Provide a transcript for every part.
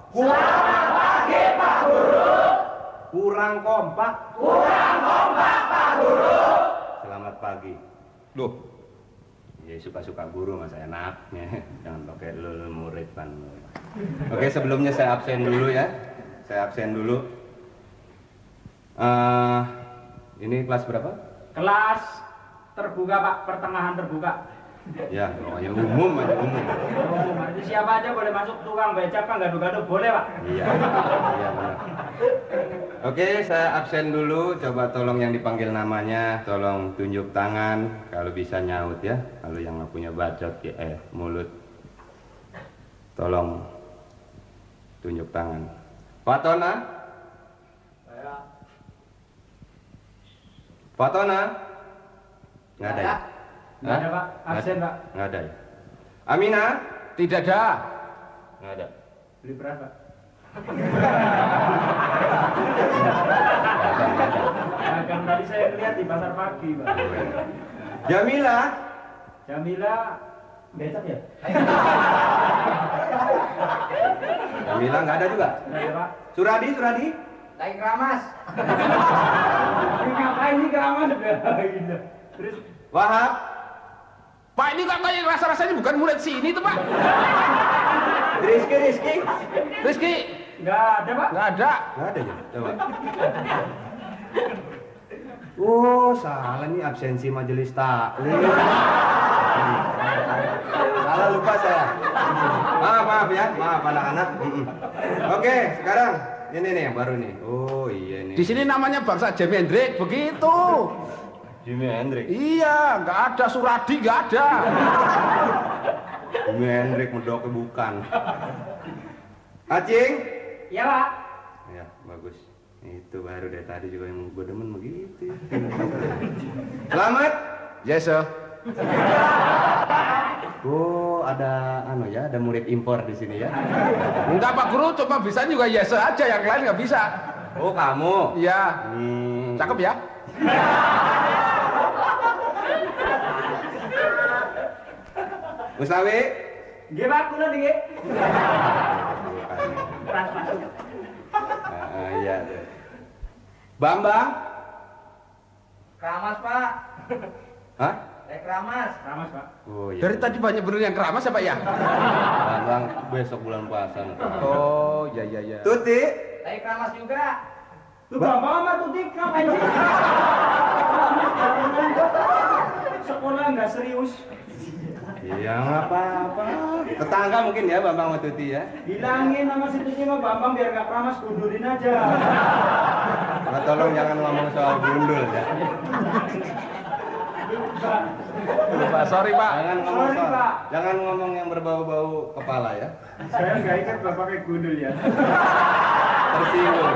Selamat pagi Pak Guru. Kurang kompak. Kurang kompak Pak Guru. Selamat pagi. Loh, Ya suka-suka guru mas enaknya. Jangan pakai lul murid kan. Oke, sebelumnya saya absen dulu ya. Saya absen dulu. Ini kelas berapa? Kelas terbuka Pak, pertengahan terbuka. Ya, pokoknya umum aja umum. Itu siapa aja boleh masuk, tukang becak kan gaduh-gaduh boleh Pak. Iya, iya benar. Oke, saya absen dulu. Coba tolong yang dipanggil namanya, tolong tunjuk tangan. Kalau bisa nyaut ya. Kalau yang nggak punya bacot ya, mulut, tolong tunjuk tangan. Fatona? Saya. Fatona? Nggak ada ya? Nggak ada Pak, absen Pak. Nggak ada ya? Amina? tidak ada. Nggak ada. Beli beras Pak. Kan tadi saya lihat di pasar pagi Pak. Jamila? Jamila becak ya? Jamila nggak ada juga? Nggak ada Pak. Suradi? Suradi? Lagi keramas. Ini ngapain nih keramas? Gitu. Terus Wahab? Pak, ini kok kayak rasa-rasanya bukan murid sini tuh Pak. Rizky? Rizky? Rizky, nggak ada Pak. nggak ada. Nggak ada ya? Coba. Oh, salah nih absensi majelis taklim. Salah lupa saya. Maaf ya, maaf anak-anak. Oke, sekarang ini nih yang baru nih. Oh iya nih. Di sini namanya bangsa Jimi Hendrix, begitu. Jimi Hendrix. Iya, nggak ada Suradi, nggak ada. Jimi Hendrix medoknya bukan. Acing? Iya Pak. Ya, bagus. Itu baru dari tadi juga yang gue demen begitu. Selamat. Yes, sir. Oh, ada ada murid impor di sini ya. Enggak Pak Guru, cuma bisa juga yes sir aja, yang lain nggak bisa. Oh, kamu. Iya. Cakep ya? Mustawi? Nggih Pak, kula nggih. Pas masuk. Iya. Bambang? Keramas Pak. Hah? Lagi keramas. Keramas Pak. Oh iya. Dari tadi banyak bener yang keramas ya Pak ya? Bambang besok bulan puasa. Oh, ya. Tuti? Lagi keramas juga. Tuh Bambang sama Tuti ngapain sih? Sekolah nggak serius. Iya, nggak apa-apa. Tetangga mungkin ya Bambang sama Tuti ya. Bilangin sama si Tuti sama Bambang biar nggak keramas, gundurin aja. Nah, tolong jangan ngomong soal gundul ya. Pak, sorry Pak. Jangan ngomong yang berbau-bau kepala ya. Saya nggak ingat Bapak kayak gundul ya. Tersinggung.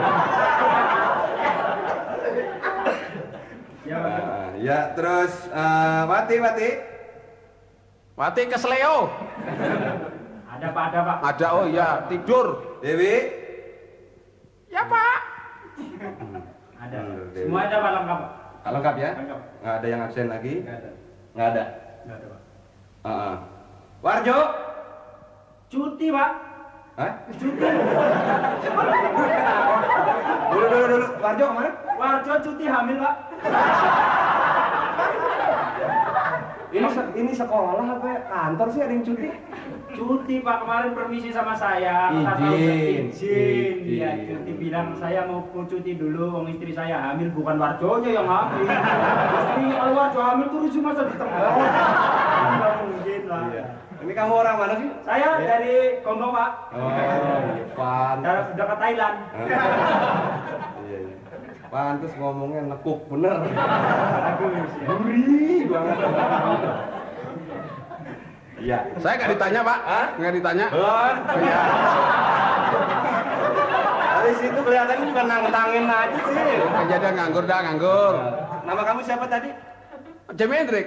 Ya Pak. Ya terus Wati. Mati ke Sleo. Ada Pak. Ada, oh iya, tidur. Dewi? Ya Pak. Ada. Dewi. Semua ada Pak, lengkap Pak. Lengkap ya? Lengkap. Nggak ada yang absen lagi? Nggak ada. Nggak ada? Nggak ada Pak. Warjo? Cuti Pak. Hah? Cuti. Dulu. Warjo kemana? Warjo cuti hamil Pak. Ini sekolah apa ya? Kantor sih ada yang cuti? Cuti Pak, kemarin permisi sama saya. Izin. Iya, cuti bilang saya mau cuti dulu, wong istri saya hamil, bukan Warjonya yang hamil. Istrinya kalau Warjo hamil terus masa di tengah. Nggak mungkin lah. Iya. Ini kamu orang mana sih? Saya dari Kongo Pak. Oh, iya, pantas. Dekat Thailand. Iya. Pantas ngomongnya nekuk bener. Bagus ya. Gurih banget. Iya. Saya nggak ditanya Pak. Hah? Nggak ditanya. Iya. Dari situ kelihatannya juga nantangin aja sih. Jadi nganggur. Nama kamu siapa tadi? Jimi Hendrix.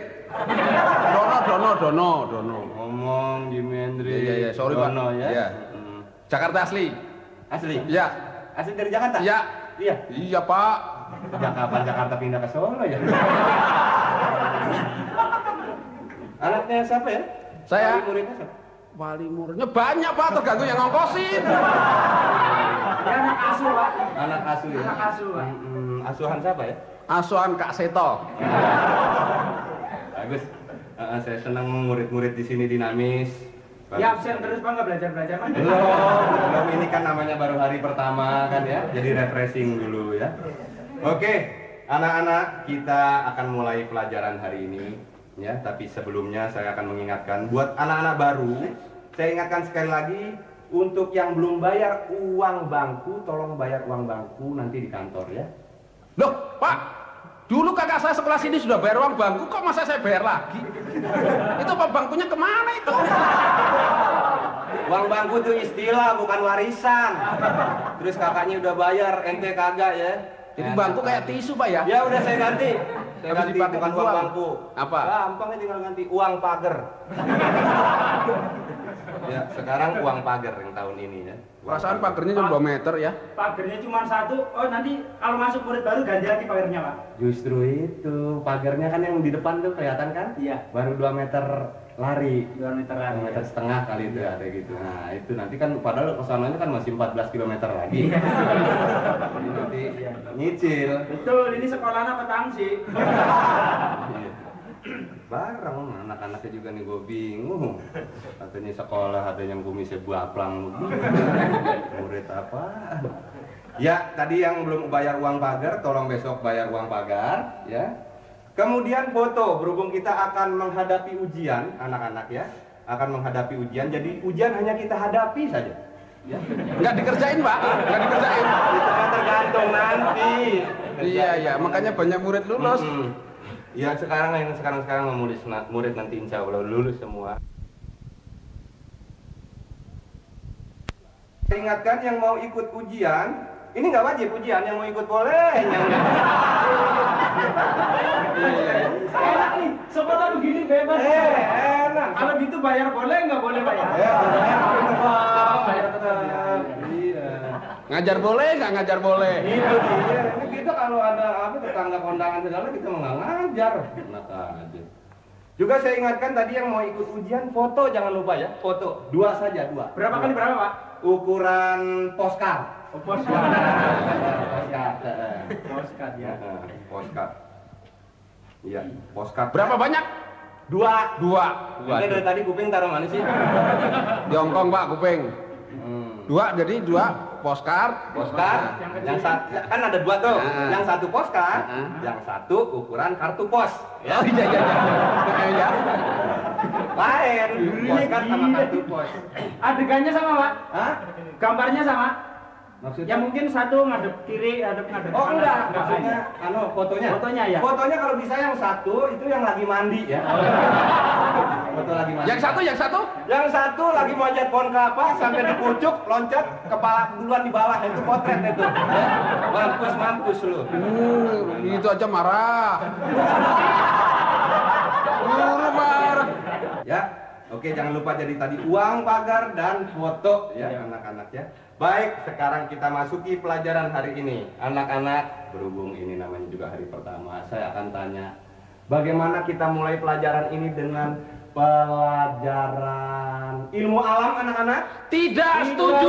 Dono. Ngomong Jimi Hendrix. Iya, sorry Pak. Dono, ya. Iya. Jakarta asli. Asli? Iya. Asli dari Jakarta? Iya. Iya. Iya Pak. Sejak kapan Jakarta pindah ke Solo ya? Anaknya siapa ya? Saya. Muridnya siapa? Wali muridnya banyak Pak, tergantung yang ngongkosin. Ya anak asuh Pak. Anak asuh ya. Anak asuh Pak. Asuhan siapa ya? Asuhan Kak Seto. Bagus. Saya senang murid-murid di sini dinamis. Ya absen terus Pak, nggak belajar-belajar Pak. Belum, ini kan namanya baru hari pertama kan ya, jadi refreshing dulu ya. Oke, anak-anak, kita akan mulai pelajaran hari ini ya. Tapi sebelumnya saya akan mengingatkan buat anak-anak baru, saya ingatkan sekali lagi untuk yang belum bayar uang bangku, tolong bayar uang bangku nanti di kantor ya. Loh Pak, dulu kakak saya sekolah sini sudah bayar uang bangku, kok masa saya bayar lagi? Itu Pak, bangkunya kemana itu? Uang bangku itu istilah, bukan warisan. Terus kakaknya udah bayar, ente kagak ya. Jadi bangku kayak tisu Pak ya? Ya udah saya ganti. Saya Habis ganti dipakai bukan uang uang. bangku. Apa? Gampang ya, tinggal ganti uang pagar. Ya, sekarang uang pagar yang tahun ini ya. Perasaan pagernya cuma 2 meter ya. Pagernya cuma 1. Oh nanti kalau masuk murid baru ganti lagi pagernya Pak. Justru itu, pagarnya kan yang di depan tuh kelihatan kan? Iya. Baru 2 meter lari. 2 meteran. 2 meter setengah kali itu ada gitu. Nah, itu nanti kan padahal kesananya kan masih 14 km lagi. Jadi nanti nyicil. Betul, ini sekolahnya petang sih. Iya. Bareng anak-anaknya juga nih, gue bingung. Katanya sekolah ada yang kumisnya buaplang murid apaan? Ya, tadi yang belum bayar uang pagar, tolong besok bayar uang pagar ya. Kemudian foto, berhubung kita akan menghadapi ujian, anak-anak ya, akan menghadapi ujian. Jadi ujian hanya kita hadapi saja. Ya. Nggak dikerjain Pak, nggak dikerjain. Itu kan tergantung nanti. Iya ya, makanya banyak murid lulus. Ya sekarang murid nanti insya Allah lulus semua. Saya ingatkan yang mau ikut ujian, ini nggak wajib ujian, yang mau ikut boleh. Enak nih, sekolah begini bebas. Enak. Kalau gitu bayar boleh nggak boleh bayar? Bayar tetap. Iya. Ngajar boleh, nggak ngajar boleh. Itu dia. Ini kita kalau ada apa tetangga kondangan segala kita mau nggak ngajar. Enak aja. Juga saya ingatkan tadi yang mau ikut ujian foto jangan lupa ya, foto 2 saja 2. Berapa kali berapa Pak? Ukuran postcard. Oh, postcard. Postcard. Postcard ya. Postcard. Iya, postcard. Berapa banyak? 2. 2. Ini dari tadi kuping taruh mana sih? Di Hongkong Pak, kuping. 2, jadi 2 postcard. Postcard. Yang satu kan ada 2 tuh. Yang satu postcard, yang satu ukuran kartu pos. Ya, iya. Ya. Lain. Postcard sama kartu pos. Adegannya sama Pak? Hah? Gambarnya sama? Maksudnya? Ya mungkin satu ngadep kiri, ngadep Oh kanan. enggak, maksudnya fotonya. Fotonya ya. Fotonya kalau bisa yang satu itu yang lagi mandi ya. Foto lagi mandi. Yang satu? Yang satu lagi manjat pohon kelapa sampai dipucuk, loncat, kepala duluan di bawah, itu potret itu. Ya. Mampus lu. Itu aja marah. Guru marah. Ya. Oke, jangan lupa jadi tadi uang pagar dan foto ya anak-anak ya. Baik, sekarang kita masuki pelajaran hari ini. Anak-anak, berhubung ini namanya juga hari pertama, saya akan tanya, bagaimana kita mulai pelajaran ini dengan pelajaran ilmu alam anak-anak? Tidak setuju.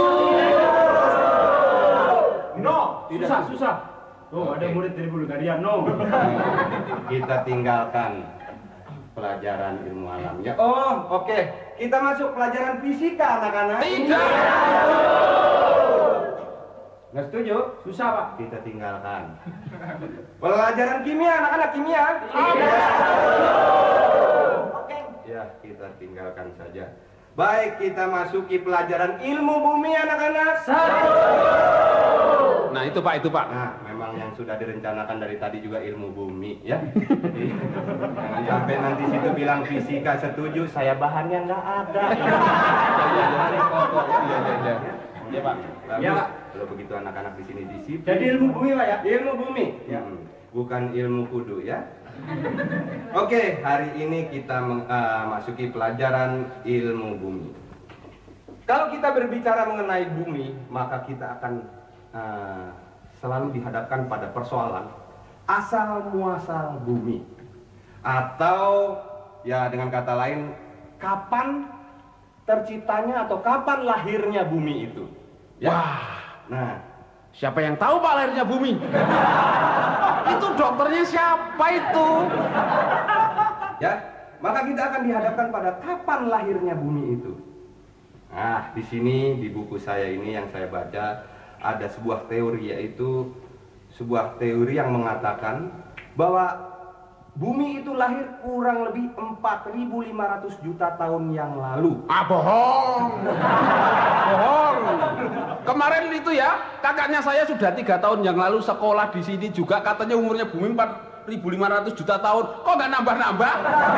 No, Tidak susah, setuju. susah. Oh, Oke. ada murid dari Bulgaria, no. Kita tinggalkan pelajaran ilmu alam ya. Oh, oke. Kita masuk pelajaran fisika anak-anak. Tidak. Nggak setuju? Susah Pak. Kita tinggalkan. Pelajaran kimia anak-anak, kimia. Ya, kita tinggalkan saja. Baik, kita masuki pelajaran ilmu bumi anak-anak. Nah, itu Pak. Nah, memang yang sudah direncanakan dari tadi juga ilmu bumi ya. Jadi, jangan sampai nanti situ bilang fisika setuju, saya bahannya nggak ada. Iya Pak. Bagus. Iya, Pak. Kalau begitu anak-anak di sini disiplin. Jadi ilmu bumi Pak ya? Ilmu bumi. Ya. Bukan ilmu kudu ya. Oke, hari ini kita masuki pelajaran ilmu bumi. Kalau kita berbicara mengenai bumi, maka kita akan selalu dihadapkan pada persoalan asal muasal bumi. Atau ya dengan kata lain, kapan terciptanya atau kapan lahirnya bumi itu? Ya. Wah, Nah, siapa yang tahu Pak lahirnya bumi? Itu dokternya siapa itu? ya, maka kita akan dihadapkan pada kapan lahirnya bumi itu. Nah, di sini di buku saya ini yang saya baca ada sebuah teori, yaitu sebuah teori yang mengatakan bahwa bumi itu lahir kurang lebih 4.500 juta tahun yang lalu. Ah, bohong. Bohong. Kemarin itu ya, kakaknya saya sudah 3 tahun yang lalu sekolah di sini juga, katanya umurnya bumi 4.500 juta tahun. Kok nggak nambah-nambah?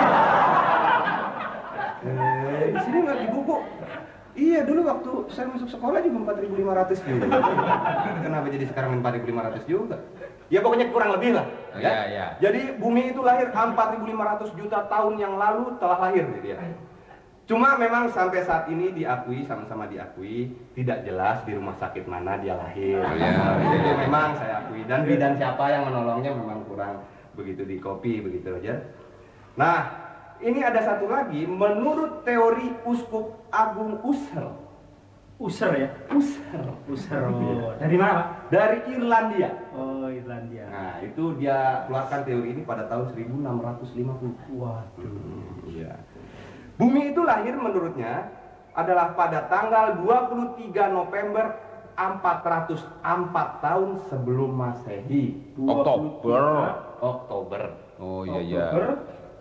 Di sini nggak di buku. Iya, dulu waktu saya masuk sekolah juga 4.500 juga. Kenapa jadi sekarang 4.500 juga? Ya pokoknya kurang lebih lah. Ya. Iya. Jadi bumi itu lahir 4.500 juta tahun yang lalu telah lahir gitu ya. Cuma memang sampai saat ini diakui, sama-sama diakui, tidak jelas di rumah sakit mana dia lahir. Oh, iya. Itu memang saya akui. Dan bidan siapa yang menolongnya memang kurang begitu di copy begitu aja. Nah, ini ada satu lagi, menurut teori Uskup Agung Husserl. User ya? Husserl. User. Oh. Dari mana, Pak? Dari Irlandia. Oh, Irlandia. Nah, itu dia keluarkan teori ini pada tahun 1650. Waduh. Iya. Bumi itu lahir menurutnya adalah pada tanggal 23 November 404 tahun sebelum Masehi. Oktober. Oh iya. Oktober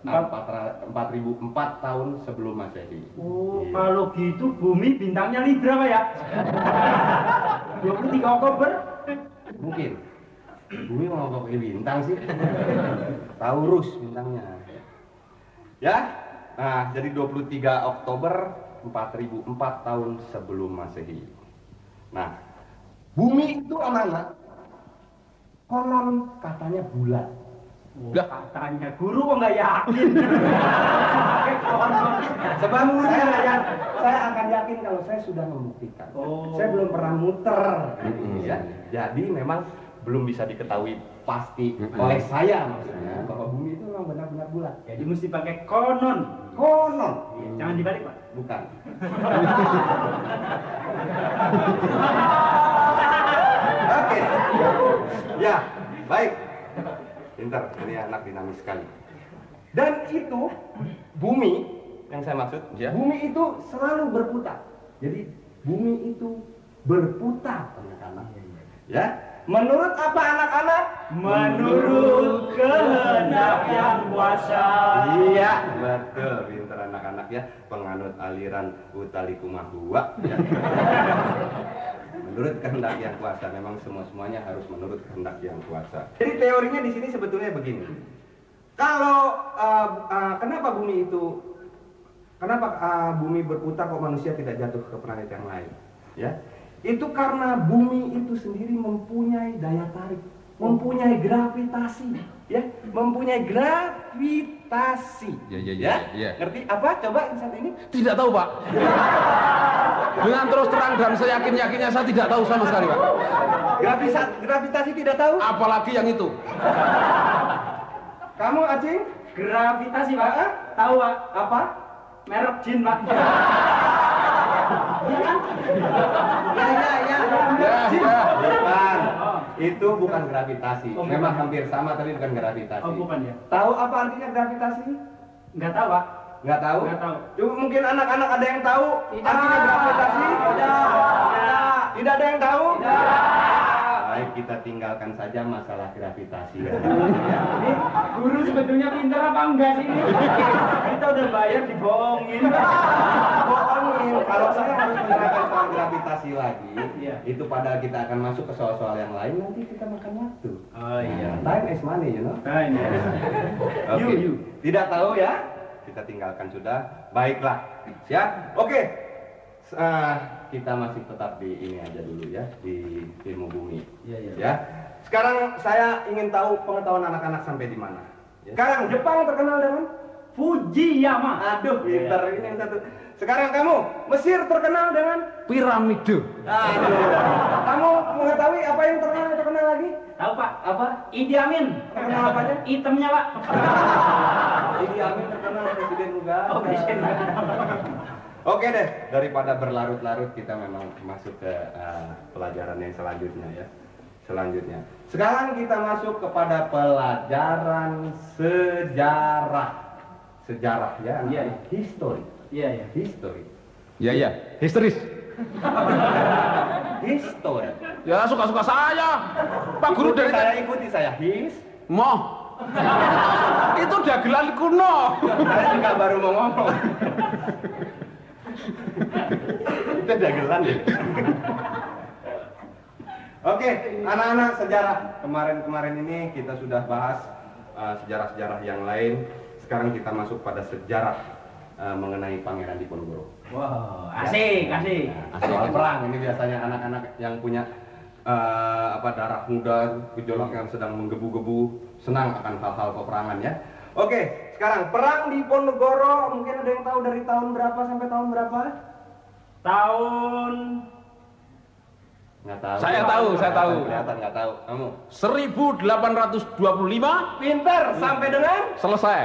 4004 tahun sebelum Masehi. Oh, Iya. kalau gitu bumi bintangnya Libra, Pak ya? 23 Oktober? Mungkin. Bumi mau pakai bintang sih. Taurus bintangnya. Ya. Nah, jadi 23 Oktober 4004 tahun sebelum Masehi. Nah, bumi itu anak-anak konon katanya bulat. Oh, Lah. katanya guru kok nggak yakin? Sebab saya akan yakin kalau saya sudah membuktikan. Oh. Saya belum pernah muter, ya. Jadi memang belum bisa diketahui pasti oleh saya maksudnya bahwa bumi itu memang benar-benar bulat. Jadi mesti pakai konon. Konon. Jangan dibalik, Pak. Bukan. Oke. Ya, baik. Pintar, ini anak dinamis sekali. Dan itu bumi yang saya maksud, Ya. bumi itu selalu berputar. Jadi bumi itu berputar, anak-anak. Ya. Menurut apa anak-anak? Menurut kehendak yang kuasa. Iya, betul, pintar anak-anak ya, penganut aliran Utalikumahua. Ya. Menurut kehendak yang kuasa, memang semuanya harus menurut kehendak yang kuasa. Jadi teorinya di sini sebetulnya begini. Kalau kenapa bumi berputar kok manusia tidak jatuh ke planet yang lain? Ya, itu karena bumi itu sendiri mempunyai daya tarik, mempunyai gravitasi, ya, mempunyai gravitasi. Ya. Ngerti apa? Coba saat ini. Tidak tahu, Pak. Dengan terus terang dan seyakin-yakinnya saya tidak tahu sama sekali, Pak. Gravitasi tidak tahu? Apalagi yang itu. Kamu, Acing? Gravitasi, Pak. Tahu, Pak? Apa? Merek jin, Pak. Ya. Bukan. Itu bukan gravitasi. Memang hampir sama tapi bukan gravitasi. Oh, bukan ya? Tahu apa artinya gravitasi? Nggak tahu, Pak. Nggak tahu? Nggak tahu. Cuma mungkin anak-anak ada yang tahu artinya gravitasi? Tidak ada yang tahu? Baik, kita tinggalkan saja masalah gravitasi. Ya. Ini guru sebetulnya pintar apa enggak sih ini? Kita udah bayar dibohongin. Bohongin. Kalau saya harus menerangkan soal gravitasi lagi, Iya. itu padahal kita akan masuk ke soal-soal yang lain, nanti kita makan waktu. Oh iya. Time is money, you know. Nah, ini. Oke. You. Tidak tahu ya? Kita tinggalkan sudah. Baiklah. Siap? Oke. Kita masih tetap di ini aja dulu ya, di ilmu bumi. Iya. Ya. Sekarang saya ingin tahu pengetahuan anak-anak sampai di mana. Ya. Sekarang Jepang terkenal dengan Fujiyama. aduh, pinter ini yang satu. Sekarang kamu Mesir terkenal dengan Piramide. aduh. Kamu mengetahui apa yang terkenal lagi? Tahu, Pak? Apa? Idi Amin. Terkenal apanya? Itemnya, Pak. Idi Amin terkenal presiden Uganda. Oh, presiden. Oke deh, daripada berlarut-larut kita memang masuk ke pelajaran yang selanjutnya ya. Selanjutnya. Sekarang kita masuk kepada pelajaran sejarah. Sejarah ya, Iya. history. Iya, iya. History. Ya ya, histeris. History. Ya suka-suka saya. Pak Guru dari saya ikuti saya Moh. Itu dagelan kuno. Saya juga baru mau ngomong. Itu dagelan ya. Oke, anak-anak sejarah. Kemarin-kemarin ini kita sudah bahas sejarah-sejarah yang lain. Sekarang kita masuk pada sejarah mengenai Pangeran Diponegoro. Wow, asik, asik. Nah, soal perang ini biasanya anak-anak yang punya darah muda, gejolak yang sedang menggebu-gebu, senang akan hal-hal peperangan ya. Oke, sekarang perang Diponegoro mungkin ada yang tahu dari tahun berapa sampai tahun berapa? Tahun Nggak tahu. Saya tahu, saya tahu. Kelihatan nggak tahu. Kamu 1825 pinter sampai dengan selesai.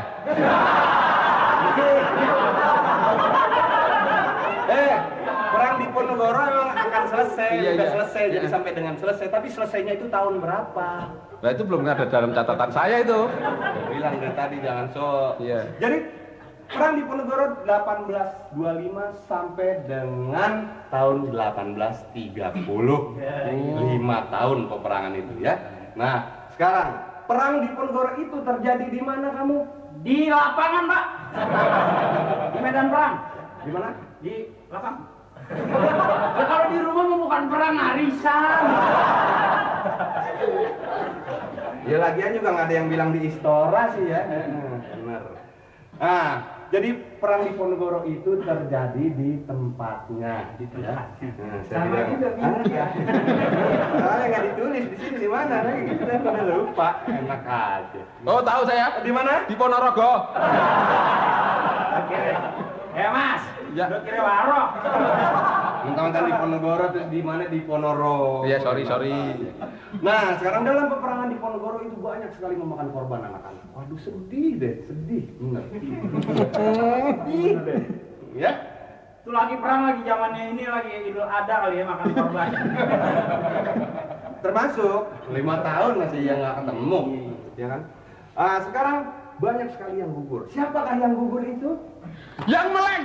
perang Diponegoro memang akan selesai, Iya, udah iya. selesai, jadi Iya. sampai dengan selesai. Tapi selesainya itu tahun berapa? Nah itu belum ada dalam catatan saya itu. Bilang dari tadi jangan sok. Iya. Jadi perang Diponegoro 1825 sampai dengan tahun 1830. 5 tahun peperangan itu ya. Nah, sekarang perang Diponegoro itu terjadi di mana kamu? di lapangan, Pak. Di medan perang. Di mana? Di lapangan. Ya, kalau di rumah mah bukan perang, arisan. Ya lagian juga nggak ada yang bilang di Istora sih ya. Benar. Nah, jadi perang Diponegoro itu terjadi di tempatnya. Di tempatnya. Nah, Sama juga ya. Soalnya nggak ditulis di sini di mana? Kita udah lupa. Enak aja. Oh tahu saya. Di mana? Di Ponorogo. Oke. Mas. Ya. Udah kira warok. Mentang-mentang di Ponorogo terus di mana di Ponorogo. Iya, sorry. Nah, sekarang dalam peperangan di Ponorogo itu banyak sekali memakan korban anak-anak. Waduh, sedih deh, sedih. Bener. Sedih deh. Ya? Itu lagi perang lagi zamannya ini lagi Idul Adha kali ya makan korban. Termasuk 5 tahun masih yang nggak ketemu, ya kan? Sekarang banyak sekali yang gugur. Siapakah yang gugur itu? Yang meleng.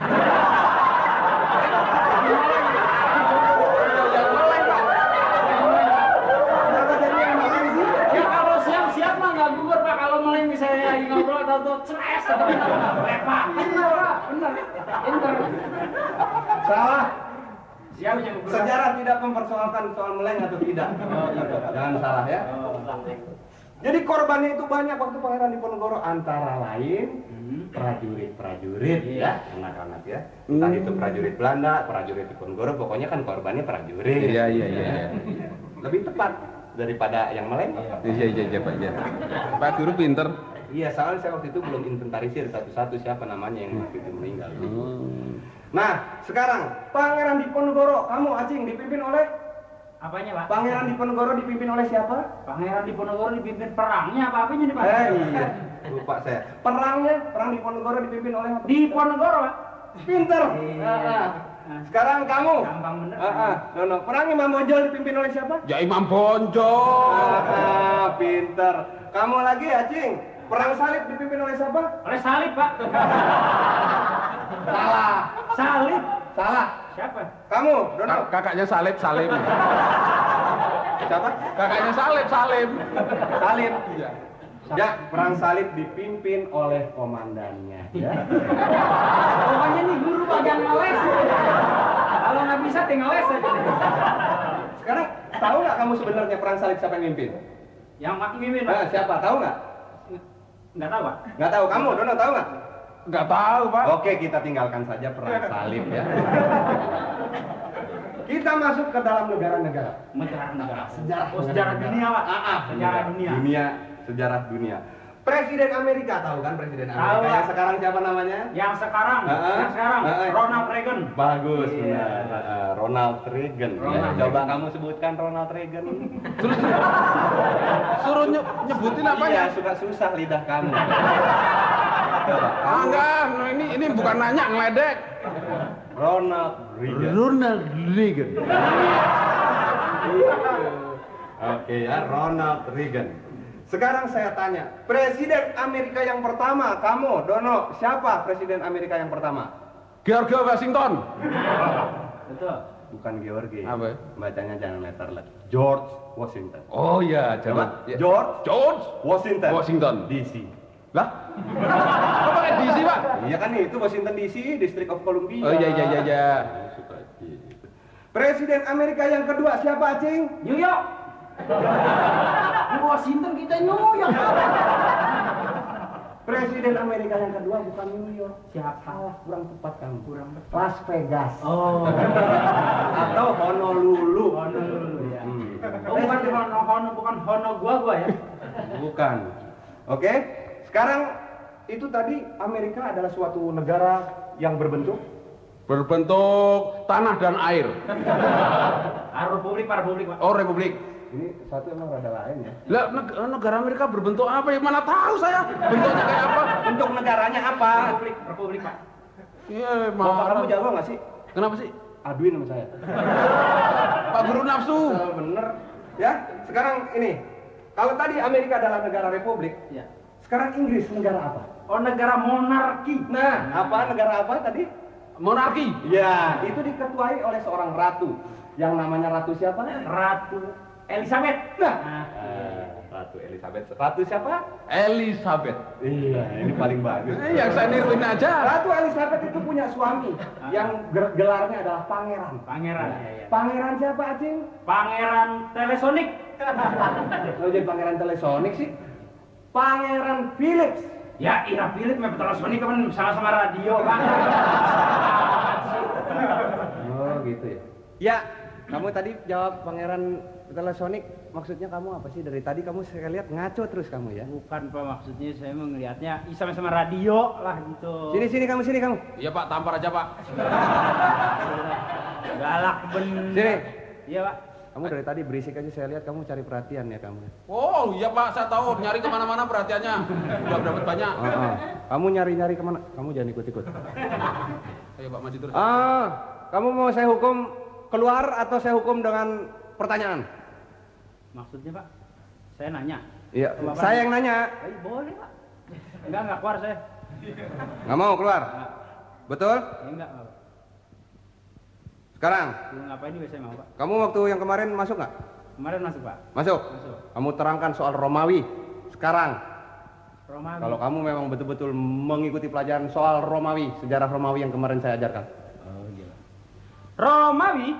Kenapa jadi yang meleng sih? Ya kalau siap-siap mah nggak gugur, Pak. Kalau meleng misalnya lagi ngobrol atau ceres atau lepak. Bener, Pak. Bener. Pinter. Salah. Siapa yang gugur? Sejarah tidak mempersoalkan soal meleng atau tidak. Jangan salah ya. Jadi korbannya itu banyak waktu Pangeran Diponegoro, antara lain prajurit-prajurit ya, anak-anak ya. Entah itu prajurit Belanda, prajurit Diponegoro, pokoknya kan korbannya prajurit. Iya. Lebih tepat daripada yang meleng. Iya Pak. Iya. Pak Guru pinter. Iya, soalnya saya waktu itu belum inventarisir satu-satu siapa namanya yang waktu itu meninggal. Nah, sekarang Pangeran Diponegoro, kamu Acing dipimpin oleh Apanya, Pak? Pangeran Diponegoro dipimpin oleh siapa? Pangeran Diponegoro dipimpin perangnya apa-apanya nih, Pak? Iya, lupa saya. Perang Diponegoro dipimpin oleh apa? Diponegoro, Pak. Pinter. Iya. Sekarang kamu. Gampang bener. Nono. Perang Imam Bonjol dipimpin oleh siapa? Ya Imam Bonjol. Pinter. Kamu lagi Acing. Perang Salib dipimpin oleh siapa? Oleh Salib, Pak. Salah. Salib. Salah. Siapa? Kamu, Dono. Kakaknya Salim. Siapa? Kakaknya Salim. Salib. Iya. Ya, perang Salib dipimpin oleh komandannya. Ya. Pokoknya nih guru bagian ngeles. Kalau nggak bisa tinggal les aja. Sekarang tahu nggak kamu sebenarnya perang Salib siapa yang mimpin? Yang mati mimin, Pak. Nah, siapa? Tahu nggak? Nggak tahu, Pak. Nggak tahu. Kamu, Dono, tahu nggak? Nggak tahu Pak. Oke, kita tinggalkan saja perang Salib ya. Kita masuk ke dalam negara-negara. Negara. Sejarah Sejarah dunia, Pak. Sejarah dunia. Sejarah dunia. Presiden Amerika tahu kan Presiden Tahu, Amerika Pak. yang sekarang siapa namanya? Yang sekarang, Ronald Reagan. Bagus, Iya. benar. Ronald Reagan. Ronald Coba kamu sebutkan Ronald Reagan. Terus suruh nyebutin apanya? Iya, suka susah lidah kamu. Enggak, ini bukan nanya, ngeledek. Ronald Reagan. Ronald Reagan. Oke ya, Ronald Reagan. Sekarang saya tanya, Presiden Amerika yang pertama, kamu, Dono, siapa Presiden Amerika yang pertama? George Washington. Betul. Bukan George. Apa? Bacanya jangan letterlet. George Washington. Oh iya, Coba. ya. George Washington. Washington DC. Lah? Apa kayak DC, Pak? Iya kan itu Washington DC, District of Columbia. Oh iya. Suka gitu. Presiden Amerika yang kedua siapa, Acing? New York. Di Washington kita New York. Presiden Amerika yang kedua bukan New York. Siapa? Salah, kurang tepat kamu. Kurang tepat. Las Vegas. Oh. Atau Honolulu. Honolulu ya. Hmm. Oh, bukan Hono gua ya. Bukan. Oke. Sekarang itu tadi Amerika adalah suatu negara yang berbentuk Berbentuk tanah dan air. Republik, Pak. Oh, republik. ini satu emang rada lain ya. Lah, negara Amerika berbentuk apa ya? Mana tahu saya bentuknya kayak apa? Bentuk negaranya apa? Republik, Pak. Iya, Bapak kamu marah. jago nggak sih? Kenapa sih? Aduin sama saya. Pak Guru nafsu. Bener. Ya, sekarang ini. Kalau tadi Amerika adalah negara republik, Ya. sekarang Inggris negara apa? Oh, negara monarki. Nah, apa negara apa tadi? Monarki. Ya, itu diketuai oleh seorang ratu. Yang namanya ratu siapa? Ratu Elizabeth. Nah, Ratu Elizabeth. Ratu siapa? Elizabeth. Iya, ini paling bagus. Yang saya niruin aja. Ratu Elizabeth itu punya suami yang gelarnya adalah pangeran. Pangeran. Ya. Pangeran siapa, Acing? Pangeran Telesonic. Lo jadi pangeran Telesonic sih? Pangeran Philips. Ya, iya Philip memang Telesonic kan sama-sama radio, Pak. Oh, gitu ya. Ya, kamu tadi jawab pangeran Telesonic. Maksudnya kamu apa sih? Dari tadi kamu saya lihat ngaco terus kamu ya. Bukan, Pak, maksudnya saya melihatnya sama-sama radio lah gitu. Sini kamu. Iya, Pak, tampar aja, Pak. Galak bener. Sini. Iya, Pak. Kamu dari tadi berisik aja, saya lihat kamu cari perhatian ya kamu. Oh, iya, Pak, saya tahu. Nyari kemana-mana perhatiannya. Udah dapat banyak. Kamu nyari kemana? Kamu jangan ikut-ikut. Ayo, Pak, maju terus. Kamu mau saya hukum keluar atau saya hukum dengan pertanyaan? Maksudnya, Pak, saya nanya. Iya, Bapak saya yang nanya. Boleh, Pak. Enggak keluar saya. Nggak mau keluar? Betul? Ya, enggak, Pak. Sekarang, Belum ngapain juga saya mau, Pak. kamu waktu yang kemarin masuk nggak? Kemarin masuk, Pak. Masuk? Masuk. Kamu terangkan soal Romawi. Sekarang, Romawi. kalau kamu memang betul-betul mengikuti pelajaran soal Romawi, sejarah Romawi yang kemarin saya ajarkan. Oh, iya. Romawi?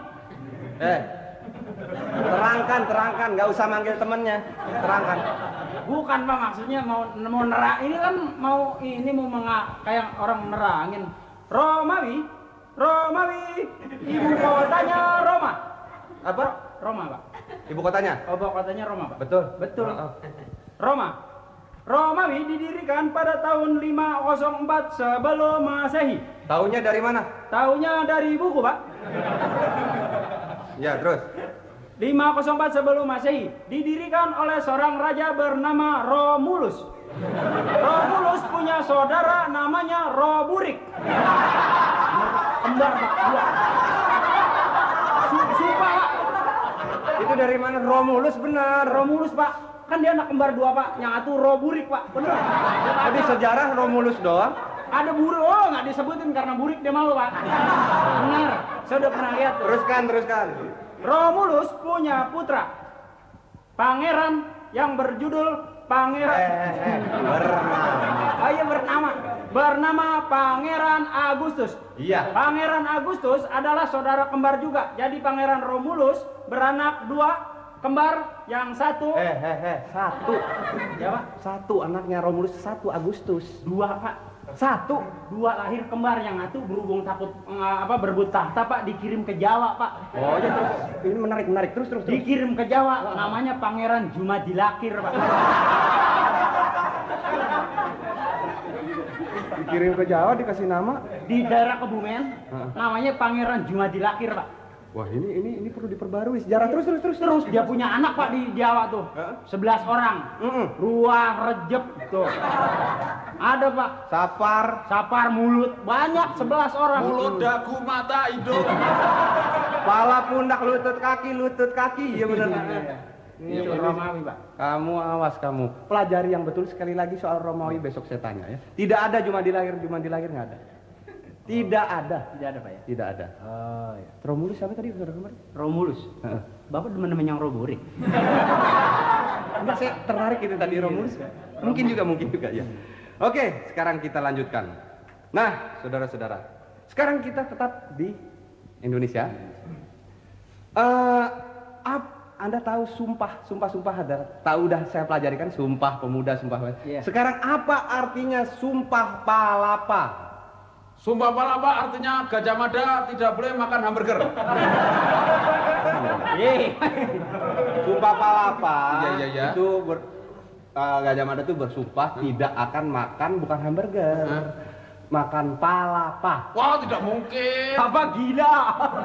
Terangkan, nggak usah manggil temennya. Terangkan. Bukan, Pak, maksudnya mau nerak. Ini kan mau kayak orang nerangin. Romawi, ibu kotanya Roma. Apa? Roma, Pak. Ibu kotanya? Oh, ibu kotanya Roma, Pak. Betul. Betul. Oh. Romawi didirikan pada tahun 504 sebelum Masehi. Tahunya dari mana? Tahunnya dari buku, Pak. Ya, terus. 504 sebelum Masehi didirikan oleh seorang raja bernama Romulus. Romulus punya saudara namanya Roburik. Kembar, Pak. Dua. Sumpah, Pak. Itu dari mana? Romulus benar. Romulus, Pak. Kan dia anak kembar dua, Pak. Yang satu Roburik, Pak. Benar. Tadi sejarah Romulus doang. Ada burik. Oh, nggak disebutin karena burik dia malu, Pak. Benar. Saya udah pernah lihat tuh. Teruskan. Romulus punya putra. Pangeran yang berjudul Pangeran. Bernama Pangeran Agustus. Iya. Pangeran Agustus adalah saudara kembar juga. Jadi Pangeran Romulus beranak dua kembar, yang satu. Satu. Ya, Pak. Satu anaknya Romulus, 1 Agustus. Dua, Pak. 1. Dua lahir kembar, yang satu berhubung takut berebut tahta, Pak, dikirim ke Jawa, Pak. Oh ya, terus. Ini menarik. Terus. Dikirim ke Jawa, namanya Pangeran Jumadilakir, Pak. Dikirim ke Jawa dikasih nama. Di daerah Kebumen, namanya Pangeran Jumadilakir, Pak. Wah, ini perlu diperbarui sejarah. Terus. Terus dia punya anak, Pak, di Jawa tuh. 11 orang. Ruah Rejep tuh. Ada Pak. Sapar. Sapar mulut banyak 11 orang. Mulut, dagu, mata, hidung. Pala, pundak, lutut kaki. Iya benar. Ini Romawi Pak. Kamu awas kamu. Pelajari yang betul sekali lagi soal Romawi besok saya tanya ya. Tidak ada cuma di lahir nggak ada. Tidak ada. Tidak ada Pak ya? Tidak ada. Oh ya. Romulus siapa tadi saudara kemarin? Romulus. Bapak demen yang Robore. Enggak, saya tertarik itu tadi Romulus. Mungkin juga ya. Oke, sekarang kita lanjutkan. Nah, saudara-saudara, sekarang kita tetap di Indonesia. Anda tahu sumpah ada. Tahu dah saya pelajari kan Sumpah Pemuda, Iya. Sekarang apa artinya Sumpah Palapa? Sumpah Palapa artinya Gajah Mada tidak boleh makan hamburger. Sumpah Palapa. Iya. Itu Gajah Mada itu bersumpah tidak akan makan bukan hamburger. Makan palapa. Wah, tidak mungkin. Bapak gila.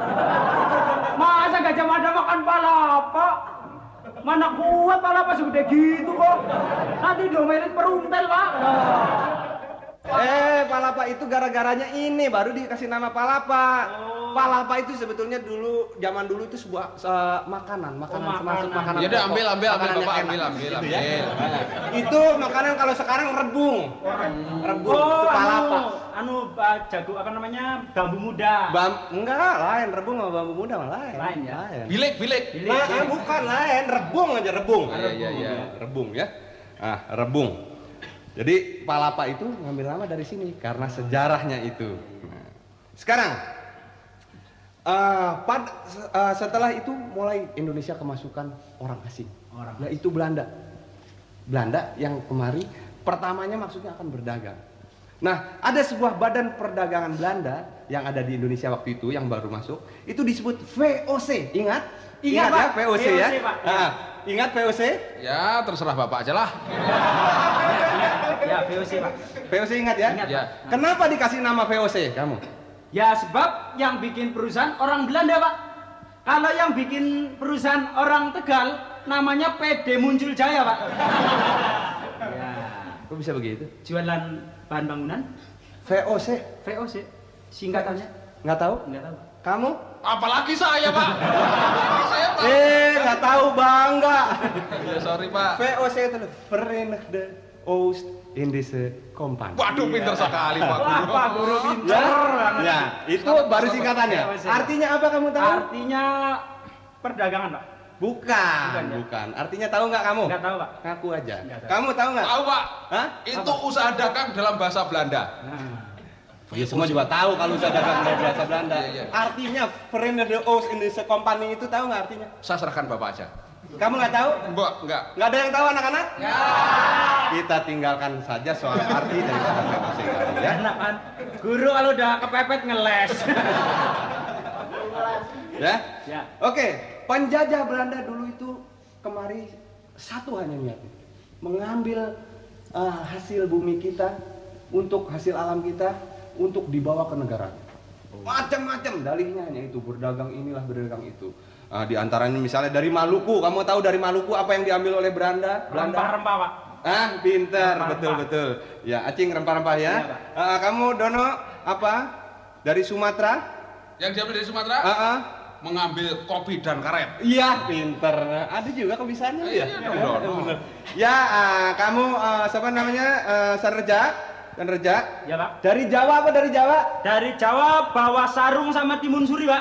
Masa Gajah Mada makan palapa? Mana kuat palapa segede gitu kok. Nanti diomelin peruntel Pak. Palapa itu gara-garanya ini baru dikasih nama palapa. Palapa itu sebetulnya zaman dulu itu sebuah makanan termasuk makanan. Ya udah ambil makanan Bapak, yang enak. ambil. Gitu ya. Itu makanan kalau sekarang rebung. Rebung itu palapa. Jago apa namanya? Bambu muda. Enggak, lain rebung sama bambu muda malah lain. Lain ya? Bilik. Bukan lain, rebung aja rebung. Iya. Rebung ya. Rebung. Jadi palapa itu ngambil nama dari sini karena sejarahnya itu. Sekarang setelah itu mulai Indonesia kemasukan orang asing. Yaitu Belanda. Belanda yang kemari pertamanya maksudnya akan berdagang. Nah, ada sebuah badan perdagangan Belanda yang ada di Indonesia waktu itu yang baru masuk, itu disebut VOC. Ingat ya VOC ya? Ingat VOC? Ya, terserah Bapak aja lah. Ya, VOC Pak. VOC ingat ya? Ingat, Ya. Pak. Kenapa dikasih nama VOC kamu? Ya sebab yang bikin perusahaan orang Belanda Pak. Kalau yang bikin perusahaan orang Tegal namanya PD Muncul Jaya Pak. Ya. Kok bisa begitu? Jualan bahan bangunan. VOC? VOC. Singkatannya? Nggak tahu? Enggak tahu. Kamu? Apalagi saya, Pak. Saya, Pak. Nggak tahu bangga. Ya, sorry, Pak. VOC itu Verenigde Oost Indische Compagnie. Waduh, pinter sekali, Pak. Pak Guru pinter. Ya, itu baru singkatannya. Artinya apa kamu tahu? Artinya perdagangan Pak. Bukan. Artinya tahu nggak kamu? Enggak tahu Pak. Ngaku aja. Nggak tahu. Kamu tahu nggak? Tahu, Pak. Hah? Itu usaha dagang dalam bahasa Belanda. Ya semua juga tahu kalau usaha dagang dari bahasa Belanda. Iya. Artinya Verenigde Oost Indische Compagnie itu tahu nggak artinya? Saya serahkan Bapak aja. Kamu nggak tahu? Mbak, enggak. Nggak ada yang tahu anak-anak? Kita tinggalkan saja soal arti dari kata VOC kali ya. Enak kan? Guru kalau udah kepepet ngeles. Ya? Ya. Oke, penjajah Belanda dulu itu kemari satu hanya niatnya, mengambil hasil bumi kita, untuk hasil alam kita, untuk dibawa ke negara. Macam-macam dalihnya hanya itu, berdagang inilah, berdagang itu. Di antaranya misalnya dari Maluku, kamu tahu dari Maluku apa yang diambil oleh Belanda? Rempah-rempah Pak. Pinter, Rempah-rempah. betul. Ya, Acing rempah-rempah ya. Iya, Pak. Kamu Dono apa? Dari Sumatera? Yang diambil dari Sumatera? Mengambil kopi dan karet. Iya, pinter. Ada juga kebisaannya ya. Iya dong. Bener. Ya, kamu siapa namanya? Sanreja? Ya Pak. Dari Jawa apa dari Jawa? Dari Jawa bawa sarung sama timun suri Pak.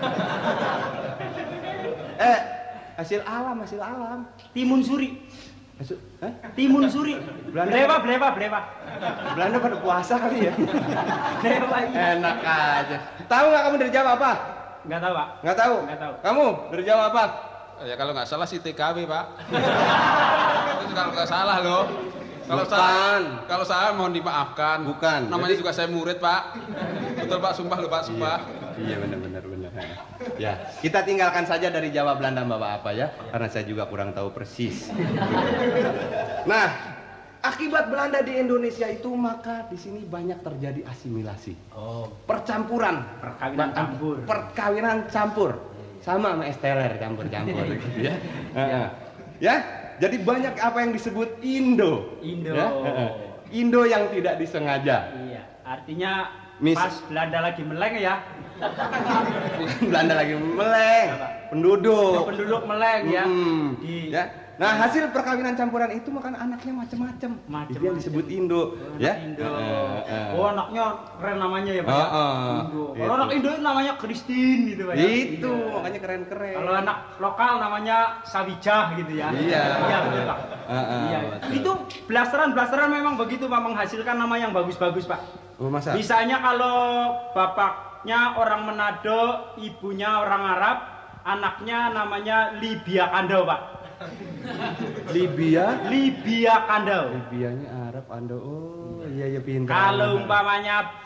Hasil alam. Timun suri. Hah? Timun suri. Belanda. Blewa. Belanda pada puasa kali ya. Blewa iya. Enak aja. Tahu nggak kamu dari Jawa apa? Enggak tahu Pak. Nggak tahu? Nggak tahu. Kamu dari Jawa apa? Ya kalau nggak salah sih TKW, Pak. Itu kalau nggak salah loh. Kalau salah mohon dimaafkan. Bukan. Namanya Jadi- juga saya murid, Pak. Betul, Pak. Sumpah loh, Pak. Sumpah. Iya benar. Ya, kita tinggalkan saja dari Jawa Belanda Bapak apa ya, karena saya juga kurang tahu persis. Nah, akibat Belanda di Indonesia itu maka di sini banyak terjadi asimilasi. Percampuran, perkawinan campur. Sama sama esteller campur-campur gitu ya. Ya, jadi banyak apa yang disebut Indo. Indo. Ya? Indo yang tidak disengaja. Iya, artinya Mis- pas Belanda lagi meleng ya. Bukan Belanda lagi meleng, penduduk. Penduduk meleng ya. Ya. Nah, hasil perkawinan campuran itu makan anaknya macam-macam. Itu yang disebut Indo, ya. Indo. Oh, anaknya keren namanya ya, Pak ya. Indo. Kalau Gitu. anak Indo namanya Christine gitu, Pak ya. Itu Iya. makanya keren-keren. Kalau anak lokal namanya Sawijah gitu ya. Iya. Iya, betul, Pak. Iya. betul. Itu blasteran memang begitu, Pak, menghasilkan nama yang bagus-bagus, Pak. Oh, masa? Misalnya kalau bapaknya orang Manado, ibunya orang Arab, anaknya namanya Libya Kandau, Pak. Libya? Libya Kandau. Libyanya Arab, Ando. Oh, iya pintar. Kalau umpamanya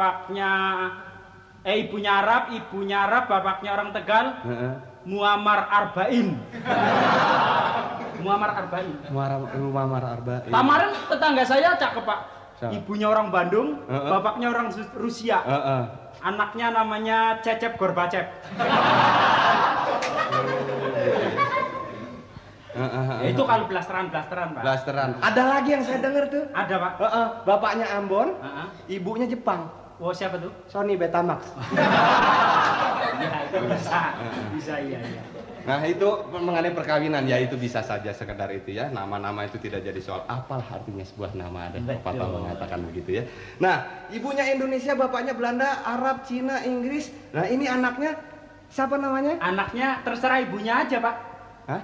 ibunya Arab, bapaknya orang Tegal, Heeh. Muammar Arba'in. Muammar Arba'in. Muammar Arba'in. Kemarin tetangga saya cakep, Pak. Siapa? Ibunya orang Bandung, bapaknya orang Rusia. Heeh. Anaknya namanya Cecep Gorbachev. Itu kalau blasteran, Pak. Blasteran. Ada lagi yang saya dengar tuh. Ada, Pak. Bapaknya Ambon, Heeh. ibunya Jepang. Oh, siapa tuh? Sony Betamax. Iya, itu bisa, iya. Nah, itu mengenai perkawinan ya, itu bisa saja sekedar itu ya. Nama-nama itu tidak jadi soal. Apalah artinya sebuah nama, ada pepatah mengatakan begitu ya. Nah, ibunya Indonesia, bapaknya Belanda, Arab, Cina, Inggris. Nah, ini anaknya siapa namanya? Anaknya terserah ibunya aja, Pak. Hah?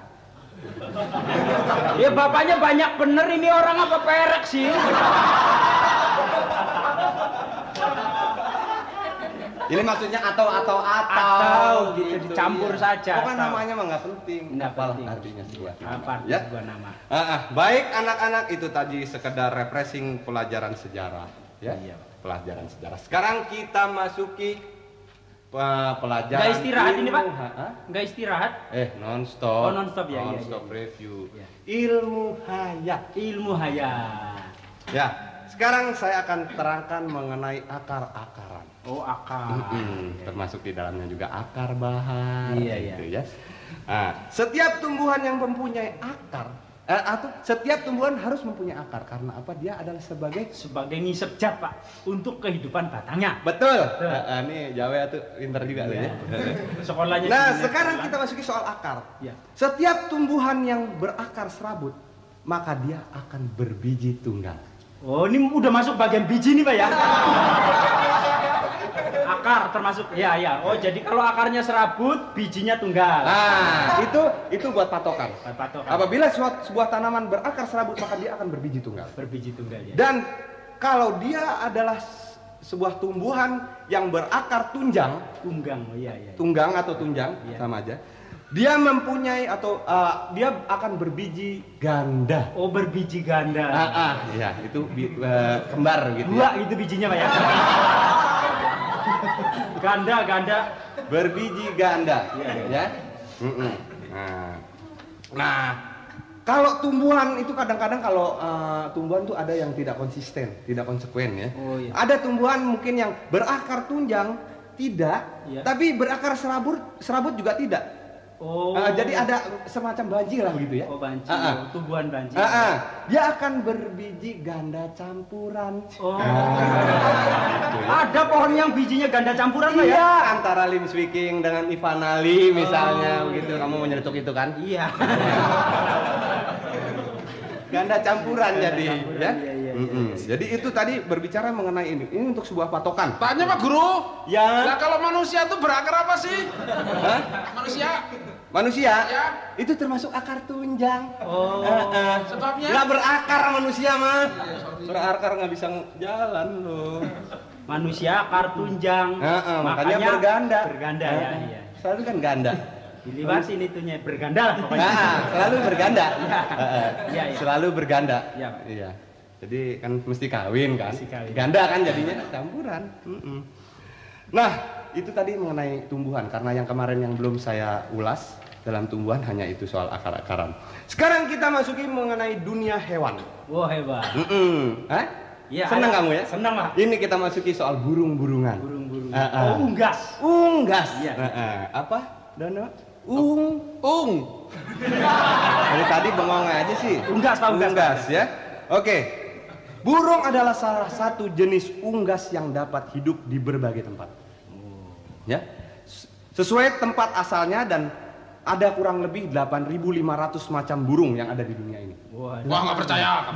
Ya bapaknya banyak bener, ini orang apa perek sih? Ini maksudnya atau gitu, dicampur iya. saja. Pokoknya atau. namanya mah nggak penting. Nggak Apalah penting. artinya sebuah nama. Apa Ya. sebuah nama? Baik anak-anak, itu tadi sekedar refreshing pelajaran sejarah ya. Iya. Pelajaran sejarah. Sekarang kita masuki pelajaran. Nggak istirahat ini, Pak? Hah? Nggak istirahat? Non-stop. Oh, non-stop, ya, Non-stop iya. review. Iya. Ilmu hayat. Ilmu hayat. Ya. Sekarang saya akan terangkan mengenai akar-akaran. Oh, akar. Termasuk di dalamnya juga akar bahan. Iya, gitu ya. Nah, setiap tumbuhan yang mempunyai akar, atau setiap tumbuhan harus mempunyai akar karena apa? Dia adalah sebagai Sebagai ngisep zat, Pak, untuk kehidupan batangnya. betul. Ini Jawa tuh pintar juga loh ya. Sekolahnya. Nah, di sekarang Netherlands. kita masuki soal akar. Ya. Setiap tumbuhan yang berakar serabut, maka dia akan berbiji tunggal. Oh, ini udah masuk bagian biji nih, Pak ya. Akar termasuk. Ya. Oh, jadi kalau akarnya serabut, bijinya tunggal. Nah, itu buat patokan. Patokan. Apabila sebuah tanaman berakar serabut, maka dia akan berbiji tunggal. Berbiji tunggal ya. Dan kalau dia adalah sebuah tumbuhan yang berakar tunjang, Tunggang. Oh, iya. tunggang atau tunjang Iya. sama aja. Dia mempunyai atau dia akan berbiji ganda. Oh, berbiji ganda. Iya, itu kembar gitu. Dua Ya. itu bijinya, Pak ya. Ganda. Berbiji ganda, Iya. ya. Nah, kalau tumbuhan itu kadang-kadang kalau tumbuhan tuh ada yang tidak konsisten, tidak konsekuen ya. Oh, iya. Ada tumbuhan mungkin yang berakar tunjang tidak, Iya. tapi berakar serabut juga tidak. Oh. Jadi ada semacam banji lah gitu ya. Oh, banji. Tumbuhan banji. Dia akan berbiji ganda campuran. Oh. Gitu ya. Ada pohon yang bijinya ganda campuran, Pak ya? Iya, antara Lim Swiking dengan Ivanali misalnya begitu. Kamu menyetuk itu kan? Iya. Ganda campuran jadi campuran, ya. iya. Jadi itu tadi berbicara mengenai ini. Ini untuk sebuah patokan. Tanya Pak Guru. Ya. Lah kalau manusia itu berakar apa sih? Hah? Manusia. Manusia Ya. itu termasuk akar tunjang. Oh. Sebabnya? Nggak berakar manusia mah. Berakar nggak bisa jalan loh. Manusia akar tunjang. Makanya berganda. Berganda ya, iya. Selalu kan ganda. Diliwasin itunya berganda lah pokoknya. Selalu berganda. Iya. Selalu berganda. Iya, Pak. Iya. Jadi kan mesti kawin kan. Mesti kawin. Ganda kan jadinya campuran. Nah, itu tadi mengenai tumbuhan karena yang kemarin yang belum saya ulas dalam tumbuhan hanya itu soal akar-akaran. Sekarang kita masuki mengenai dunia hewan. Wah, hebat. Hah? Iya, Senang ada. kamu ya? Senang, Pak. Ini kita masuki soal burung-burungan. Burung-burung. Ah. Oh, unggas. Unggas. Iya. Apa? Dono? Ung. Dari tadi bengong aja sih. Unggas, Pak, unggas. Unggas ya. Oke. Burung adalah salah satu jenis unggas yang dapat hidup di berbagai tempat. Ya, sesuai tempat asalnya, dan ada kurang lebih 8.500 macam burung yang ada di dunia ini. Wah, nggak percaya.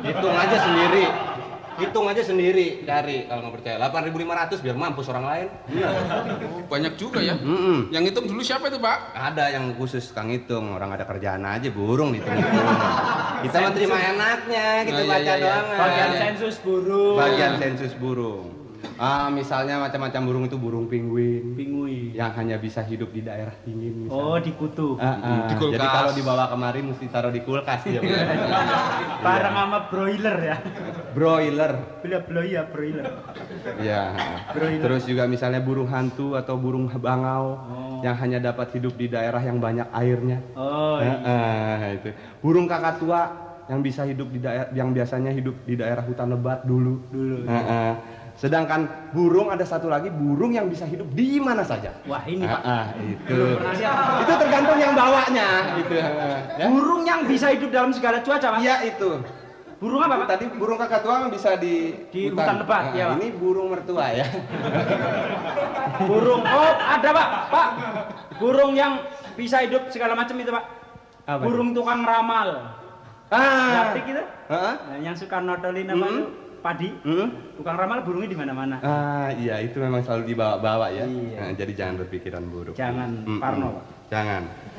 Hitung aja sendiri, cari kalau nggak percaya. 8.500 biar mampus orang lain. Banyak juga ya. Yang hitung dulu siapa itu, Pak? Ada yang khusus Kang hitung, orang ada kerjaan aja burung hitung. Kita mah terima enaknya, kita Iya, baca iya, iya. doang. Bagian sensus burung. Bagian sensus burung. Misalnya macam-macam burung itu burung penguin. Penguin. Yang hanya bisa hidup di daerah dingin misalnya. Oh, di kutub. Di kulkas. Jadi kalau dibawa kemari mesti taruh di kulkas ya. Bareng sama broiler ya. Broiler. Broiler. Ya. Broiler. Terus juga misalnya burung hantu atau burung bangau yang hanya dapat hidup di daerah yang banyak airnya. Oh, iya. Itu. Burung kakatua yang bisa hidup di daerah, yang biasanya hidup di daerah hutan lebat dulu. Sedangkan burung ada satu lagi, burung yang bisa hidup di mana saja. Wah, ini Pak. Itu. Belum pernah lihat. Itu tergantung yang bawanya gitu. Ya? Burung yang bisa hidup dalam segala cuaca, Pak. Iya itu. Burung apa, Pak? Tadi burung kakatua bisa di hutan lebat, ya, Pak. Ini burung mertua ya. Burung. Oh, ada, Pak. Pak. Burung yang bisa hidup segala macam itu, Pak. Apa Burung tukang ramal. Batik gitu. Heeh. Nah, yang suka nodolin apa itu padi. Tukang ramal burungnya di mana-mana. Iya itu memang selalu dibawa-bawa ya. Iya. Nah, jadi jangan berpikiran buruk. Jangan parno, Pak. Jangan.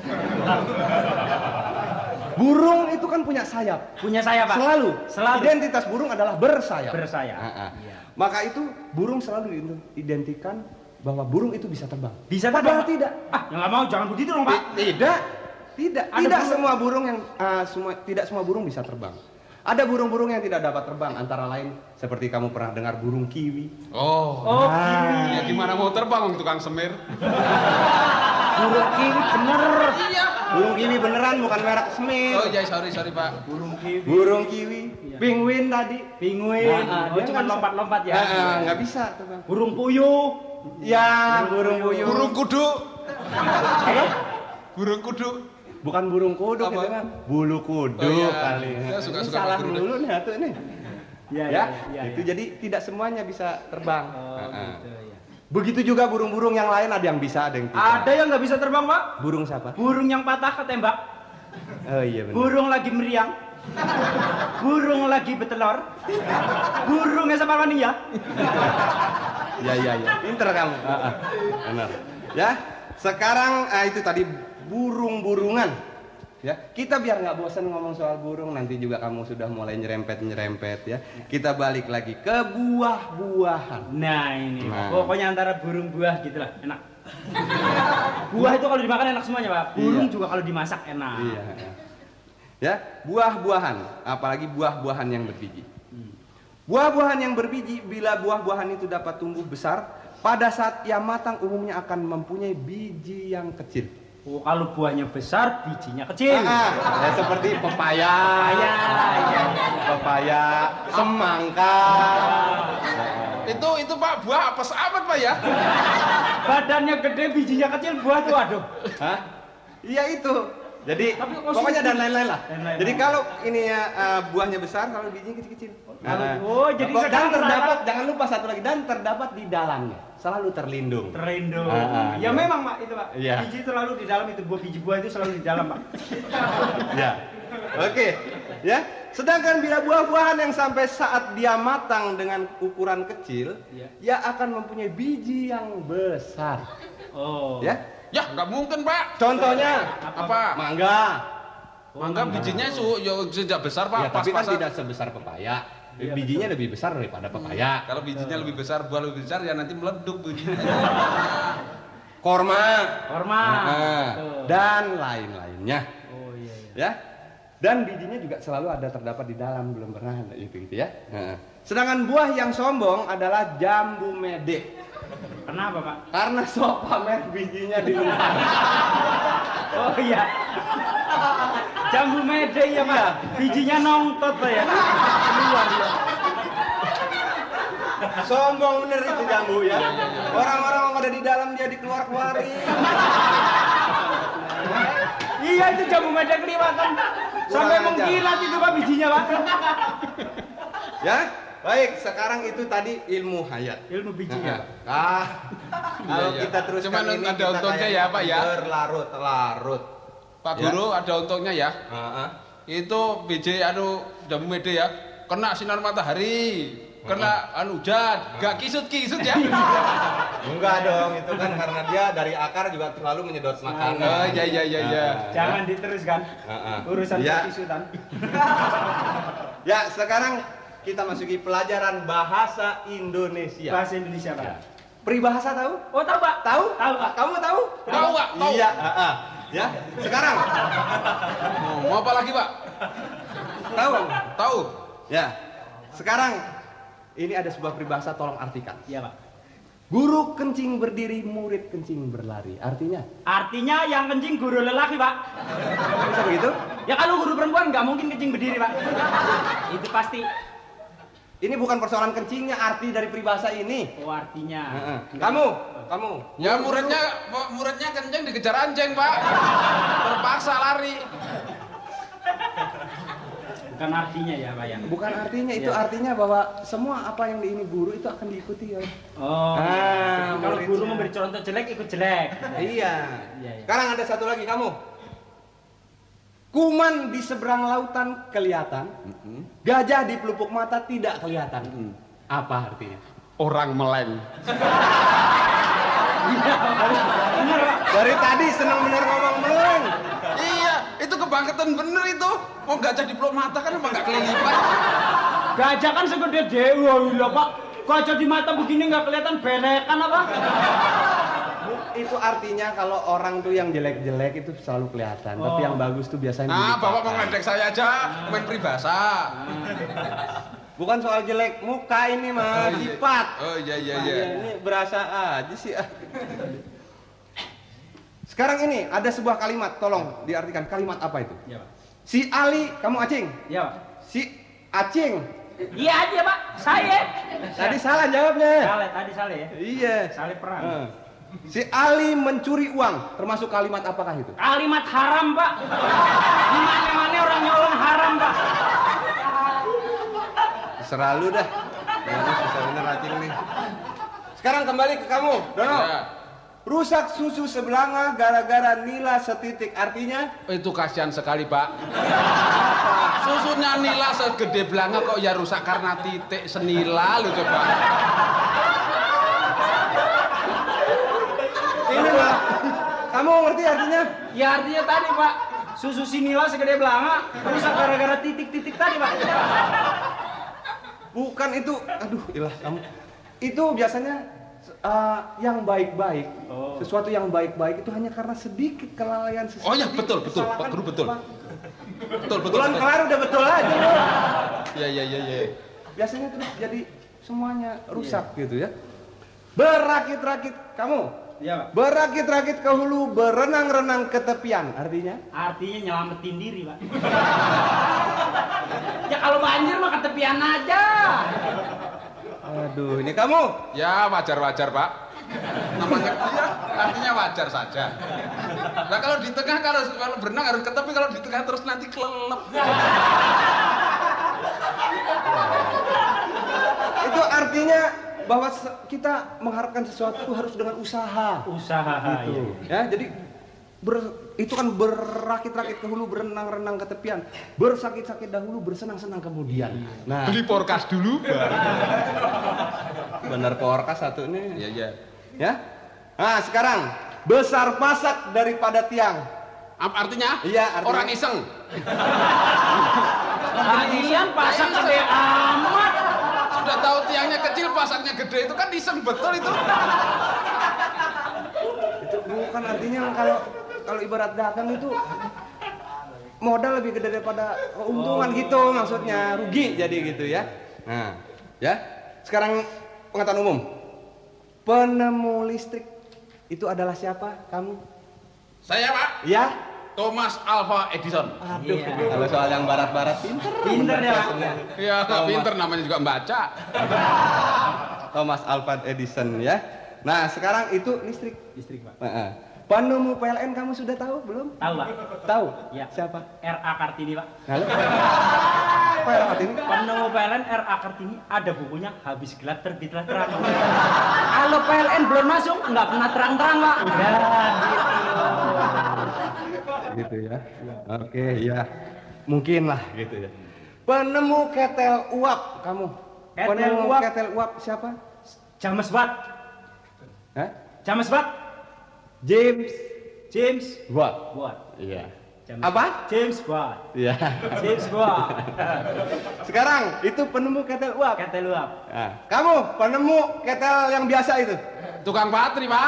Burung itu kan punya sayap. Punya saya, Pak. Selalu. Selalu. Identitas burung adalah bersayap. Bersayap. Iya. Maka itu burung selalu diidentikan bahwa burung itu bisa terbang. Bisa Padahal terbang, Pak? tidak. Ya nggak mau, jangan begitu dong, Pak. Tidak. Ada Tidak burung- semua burung yang tidak semua burung bisa terbang. Ada burung-burung yang tidak dapat terbang, antara lain seperti kamu pernah dengar burung kiwi. Oh, ya gimana mau terbang untuk Kang Semir? Burung kiwi bener. Iya. Burung kiwi beneran, bukan merek semir. Oh iya, sorry Pak. Burung kiwi. Burung kiwi, penguin tadi. Penguin. Nah, Oh, dia cuma nggak bisa. lompat-lompat ya. Nggak bisa terbang. Burung puyuh. Ya, burung puyuh. Burung kudu. Apa? Burung kudu. Bukan burung kudu, Apa? itu kan bulu kudu Oh, iya. kali. Saya suka- Ini suka salah bulu kudu. dulu nih satu nih. Iya, Ya, iya, itu iya. jadi tidak semuanya bisa terbang. Oh, gitu ya. Begitu juga burung-burung yang lain, ada yang bisa, ada yang tidak. Ada yang nggak bisa terbang, Pak. Burung siapa? Burung yang patah ketembak. Oh iya benar. Burung lagi meriang. Burung lagi betelor. Burungnya sama mania. Ya. Pinter kamu. Benar. Ya. Sekarang itu tadi burung-burungan. Ya, kita biar nggak bosan ngomong soal burung, nanti juga kamu sudah mulai nyerempet ya. Kita balik lagi ke buah-buahan. Nah, ini. Nah. Pokoknya antara burung buah gitulah, enak. Buah itu kalau dimakan enak semuanya, Pak. Burung Iya. juga kalau dimasak enak. Iya. Ya, buah-buahan, apalagi buah-buahan yang berbiji. Buah-buahan yang berbiji, bila buah-buahan itu dapat tumbuh besar, pada saat ia matang umumnya akan mempunyai biji yang kecil. Oh, kalau buahnya besar, bijinya kecil. Ya seperti pepaya, pepaya, semangka. Itu Pak, buah apes amat Pak ya? Badannya gede, bijinya kecil, buah tuh aduh. Hah? Iya itu. Jadi Tapi kok pokoknya sulit? dan lain-lain lah. Lain-lain. Jadi kalau ini ya buahnya besar, kalau bijinya kecil-kecil. Oh, jadi dan sekarang terdapat, jangan lupa satu lagi, dan terdapat di dalamnya, selalu terlindung. Terlindung. iya. Ya memang, Pak, itu, Pak. Iya. Biji selalu di dalam itu, biji buah itu selalu di dalam, Pak. Ya. Oke. Ya. Sedangkan bila buah-buahan yang sampai saat dia matang dengan ukuran kecil, Iya. ia akan mempunyai biji yang besar. Oh. Ya. Ya nggak mungkin Pak. Contohnya Apa? mangga. Mangga bijinya sejak besar Pak. Ya, tapi kan Pas-pasan. tidak sebesar pepaya. Iya, Bijinya lebih besar daripada pepaya. Kalau bijinya lebih besar, buah lebih besar ya nanti meleduk bijinya. Korma. Korma. Betul. Dan lain-lainnya. Oh iya iya. Ya. Dan bijinya juga selalu ada terdapat di dalam, belum pernah ada itu gitu ya. Sedangkan buah yang sombong adalah jambu mede. Kenapa, Pak? Karena sok pamer bijinya di luar. Oh iya. Jambu mede ya, Pak. Bijinya nongtot, Pak ya. Keluar ya. Sombong bener itu jambu ya. Orang-orang yang ada di dalam dia dikeluar-keluarin. Iya, itu jambu mede kelihatan. Sampai Kurang ajar. mengkilat itu, Pak, bijinya, Pak. Ya, baik. Sekarang itu tadi ilmu hayat. Ilmu biji ya. Kalau Iya. kita teruskan Cuman ini ada kita untungnya kayak ya, Pak, ya. Berlarut-larut. Pak Ya. Guru ada untungnya ya. Heeh. Itu biji jamu mede ya. Kena sinar matahari, kena hujan, gak kisut-kisut ya. Enggak dong, itu kan karena dia dari akar juga selalu menyedot makanan. Oh iya. Jangan diteruskan. Urusan Ya. kisutan. Ya, sekarang kita masuki pelajaran bahasa Indonesia. Bahasa Indonesia, Pak. Peribahasa tahu? Oh, tahu, Pak. Tahu? Tahu, Pak. Kamu tahu? Tahu, Pak, tahu. Iya, Ya, sekarang Mau apa lagi, Pak? tahu? Tahu. Ya. Sekarang ini ada sebuah peribahasa, tolong artikan. Iya, Pak. Guru kencing berdiri, murid kencing berlari. Artinya? Artinya yang kencing guru lelaki, Pak. Bisa begitu? Ya kalau guru perempuan nggak mungkin kencing berdiri, Pak. Itu pasti. Ini bukan persoalan kencingnya, arti dari peribahasa ini. Oh, artinya. Kamu. Ya muridnya kenceng dikejar anjing, Pak. Terpaksa lari. Bukan artinya ya, Pak ya. Bukan artinya, itu Iya. artinya bahwa semua apa yang ini guru itu akan diikuti oleh. Oh. Jadi kalau muridnya. guru memberi contoh jelek ikut jelek. Iya. Iya. Sekarang ada satu lagi, kamu. Kuman di seberang lautan kelihatan, gajah di pelupuk mata tidak kelihatan. Apa artinya? Orang meleng. Benar, Pak. Dari tadi senang bener ngomong meleng. Iya, itu kebangetan bener itu. Oh gajah di peluk mata kan emang nggak kelilipan. Gajah kan segede dewa lho, Pak. Gajah di mata begini nggak kelihatan belekan apa? Itu artinya kalau orang tuh yang jelek-jelek itu selalu kelihatan, tapi yang bagus tuh biasanya Nah, dilupakan. Bapak mau ngeledek saya aja, main peribahasa. Bukan soal jelek muka ini mah, sifat. Oh iya. Ini berasa aja sih. Sekarang ini ada sebuah kalimat, tolong diartikan kalimat apa itu? Iya, Pak. Si Ali, kamu Acing. Iya, Pak. Si Acing. Iya aja, Pak. Saya. Tadi salah jawabnya. Saleh tadi Saleh ya. Iya. Saleh perang. Si Ali mencuri uang, termasuk kalimat apakah itu? Kalimat haram, Pak. Di mana-mana orang nyolong haram, Pak. Selalu dah. Ini susah bener Acing nih. Sekarang kembali ke kamu, Dono. Ya. Rusak susu sebelanga gara-gara nila setitik, artinya? Itu kasihan sekali, Pak. Susunya nila segede belanga kok ya rusak karena titik senila lu coba. Ini mah. Kamu ngerti artinya? Ya artinya tadi, Pak. Susu sinila segede belanga rusak gara-gara titik-titik tadi, Pak. Bukan itu. Aduh, ilah kamu. Itu biasanya yang baik-baik. Oh. Sesuatu yang baik-baik itu hanya karena sedikit kelalaian sesuatu. Oh ya, betul, Pak Guru, betul. Betul. Bulan kelar udah betul aja lu. Iya. Biasanya terus jadi semuanya rusak gitu ya. Berakit-rakit kamu. Iya, Pak. Berakit-rakit ke hulu, berenang-renang ke tepian. Artinya? Artinya nyelamatin diri, Pak. Ya kalau banjir mah ketepian aja. Aduh, ini kamu. Ya wajar, Pak. Namanya iya, artinya wajar saja. Nah kalau di tengah kalau berenang harus ke tepi, kalau di tengah terus nanti kelelep. Itu artinya bahwa kita mengharapkan sesuatu itu harus dengan usaha. Usaha Gitu. Ya, jadi itu kan berakit-rakit ke hulu, berenang-renang ke tepian, bersakit-sakit dahulu, bersenang-senang kemudian. Nah, Beli porkas dulu. bener porkas satu nih. Iya. Ya. Nah, sekarang besar pasak daripada tiang. Apa artinya? Iya, artinya Orang iseng. Kalian pasak gede amat. Sudah tahu tiangnya kecil, pasaknya gede, itu kan iseng betul itu. Itu bukan artinya kalau ibarat dagang itu modal lebih gede daripada keuntungan gitu, maksudnya rugi jadi gitu ya. Nah, ya. Sekarang pengetahuan umum. Penemu listrik itu adalah siapa? Kamu? Saya, Pak. Ya? Thomas Alva Edison. Aduh, Iya. kalau soal yang barat-barat Pinter ya, Pak. Iya, pinter namanya juga membaca. Thomas Alva Edison ya. Nah, sekarang itu listrik. Listrik, Pak. Nah, penemu PLN kamu sudah tahu belum? Tahu, Pak? Tahu? Iya. Siapa? R.A. Kartini, Pak. Halo? R.A. Kartini? Penemu PLN R.A. Kartini ada bukunya habis gelap terbitlah terang. Kalau PLN belum masuk nggak pernah terang-terang Pak. Ya Gitu ya. Oke, ya. Mungkin lah gitu ya. Penemu ketel uap kamu. Ketel Penemu uap. ketel uap siapa? James Watt. Hah? James Watt. James Watt. Watt. Iya. James Apa? James Watt. Iya. James Watt. Sekarang itu penemu ketel uap. Ketel uap. Nah, kamu penemu ketel yang biasa itu. Tukang patri, Pak.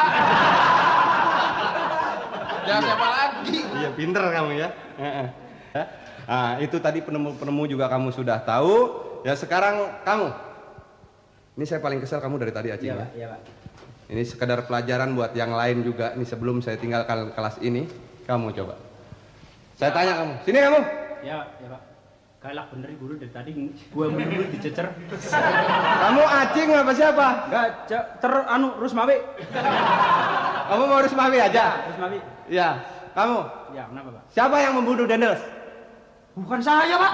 Ya siapa lagi? Iya, pinter kamu ya. Heeh. Nah, itu tadi penemu-penemu juga kamu sudah tahu. Ya sekarang kamu. Ini saya paling kesel kamu dari tadi Acing Iya, ya. Pak. Iya, Pak. Ini sekedar pelajaran buat yang lain juga. Ini sebelum saya tinggalkan kelas ini, kamu coba. Saya tanya kamu. Sini kamu. Ya, ya Pak. Galak bener guru dari tadi gua mulu dicecer. Kamu Acing apa siapa? Enggak, Rusmawi. Kamu mau Rusmawi aja? Rusmawi. Ya. Kamu. Ya, kenapa, Pak? Siapa yang membunuh Dendels? Bukan saya, Pak.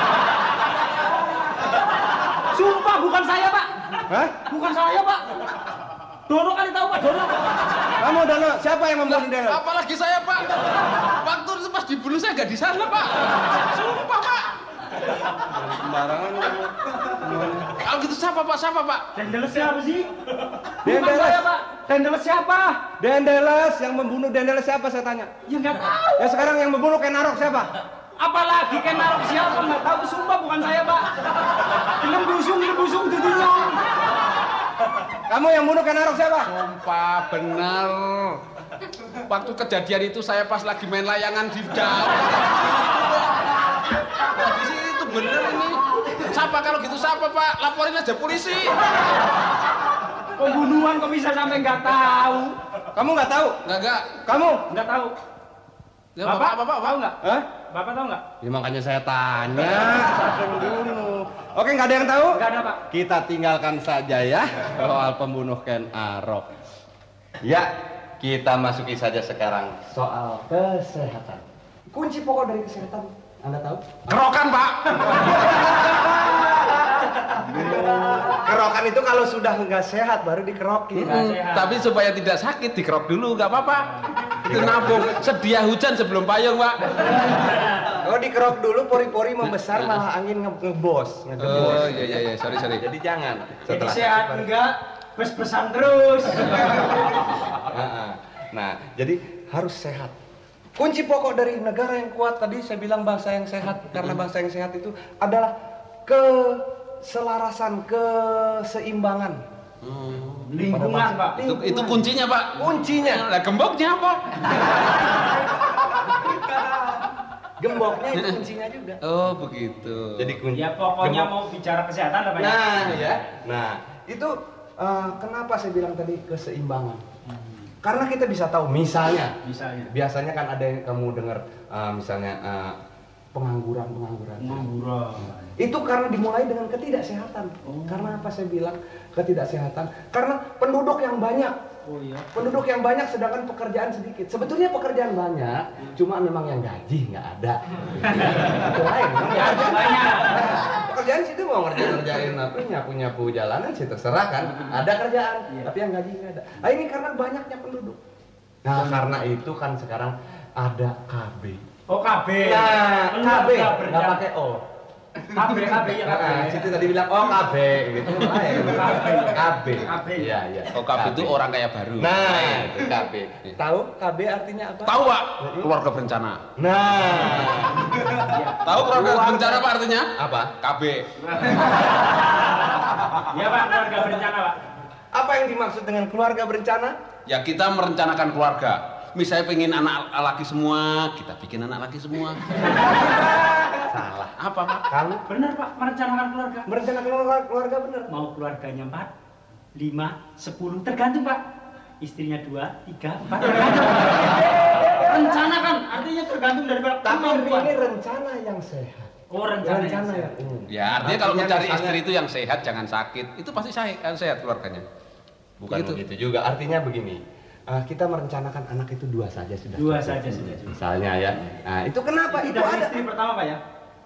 Sumpah bukan saya, Pak. Hah? Bukan saya, Pak. Dono kali tahu, Pak, Dono. Kamu Dono, siapa yang membunuh Dendels? Apalagi saya, Pak. Waktu itu pas dibunuh saya nggak di sana, Pak. Sumpah, Pak. Sembarangan kamu. Kalau gitu siapa, Pak? Siapa, Pak? Dendeles siapa sih? Bukan Dendeles. saya, Pak. Dendeles siapa? Dendeles yang membunuh Dendeles siapa saya tanya? Ya nggak tahu. Ya sekarang yang membunuh Kenarok siapa? Apalagi Kenarok siapa nggak tahu. Sumpah bukan saya, Pak. Ilem busung dudunya. Kamu yang bunuh Kenarok siapa? Sumpah, benar. Waktu kejadian itu saya pas lagi main layangan di jauh. Di situ bener ini. Siapa kalau gitu siapa, Pak? Laporin aja polisi. Pembunuhan kok bisa sampai nggak tahu? Kamu nggak tahu? Enggak. Kamu? Nggak tahu. Ya, Bapak, Bapak, tahu nggak? Hah? Bapak tahu nggak? Ya makanya saya tanya. Siapa yang bunuh? Oke, nggak ada yang tahu? Nggak ada, Pak. Kita tinggalkan saja ya soal pembunuh Kenarok. Ya, kita masuki saja sekarang soal kesehatan. Kunci pokok dari kesehatan, Anda tahu? Kerokan, Pak. Kerokan itu kalau sudah nggak sehat baru dikerokin. Sehat. Tapi supaya tidak sakit dikerok dulu, nggak apa-apa. Itu nabung sedia hujan sebelum payung, Pak. Kalau dikerok dulu pori-pori membesar malah angin ngebos. Oh iya, sorry. Jadi jangan. Jadi sehat enggak? Bes-besan terus. Nah, jadi harus sehat. Kunci pokok dari negara yang kuat tadi saya bilang bangsa yang sehat, karena bangsa yang sehat itu adalah keselarasan, keseimbangan. Lingkungan, Pak. Itu kuncinya, Pak. Kuncinya. Lah gemboknya apa? Gemboknya itu kuncinya juga. Oh, begitu. Jadi kunci. Ya pokoknya mau bicara kesehatan lah, Pak. Nah, ya. Nah, itu kenapa saya bilang tadi keseimbangan? Karena kita bisa tahu, misalnya, biasanya kan ada yang kamu dengar, misalnya pengangguran. Itu karena dimulai dengan ketidaksehatan. Karena apa saya bilang ketidaksehatan? Karena penduduk yang banyak. Oh iya. Penduduk yang banyak sedangkan pekerjaan sedikit. Sebetulnya pekerjaan banyak, cuma memang yang gaji nggak ada. Itu lain. Pekerjaan banyak. Pekerjaan situ mau ngerjain apa, nyapu jalanan sih terserah kan. Ada kerjaan, tapi yang gaji nggak ada. Nah, ini karena banyaknya penduduk. Nah, karena itu kan sekarang ada KB. Oh KB. Nah, KB nggak pakai O. KB ya KB. Nah, situ tadi bilang oh KB gitu. KB. Iya. Oh, KB itu orang kaya baru. Nah, itu KB. Tahu KB artinya apa? Tahu, Pak? Keluarga berencana. Nah, Tahu keluarga berencana apa artinya? apa? KB. Iya, Pak, keluarga berencana, Pak. Apa yang dimaksud dengan keluarga berencana? Ya kita merencanakan keluarga. Misalnya pengen anak laki semua, kita bikin anak laki semua. Salah. Apa, Pak? Kamu Benar, Pak, merencanakan keluarga. merencanakan keluarga bener. Mau keluarganya 4, 5, 10, tergantung, Pak. Istrinya 2, 3, 4, tergantung. Rencanakan, artinya tergantung dari Pak. Tapi kemampuan. ini rencana yang sehat. Oh, rencana yang sehat. umum. Ya artinya kalau mencari misalnya- istri itu yang sehat, jangan sakit. Itu pasti sehat keluarganya. Bukan begitu juga. Artinya begini. Kita merencanakan anak itu 2 saja sudah. Dua cukup. saja sudah. Misalnya ya. Nah, itu kenapa? Itu Dari ada. istri pertama, Pak ya?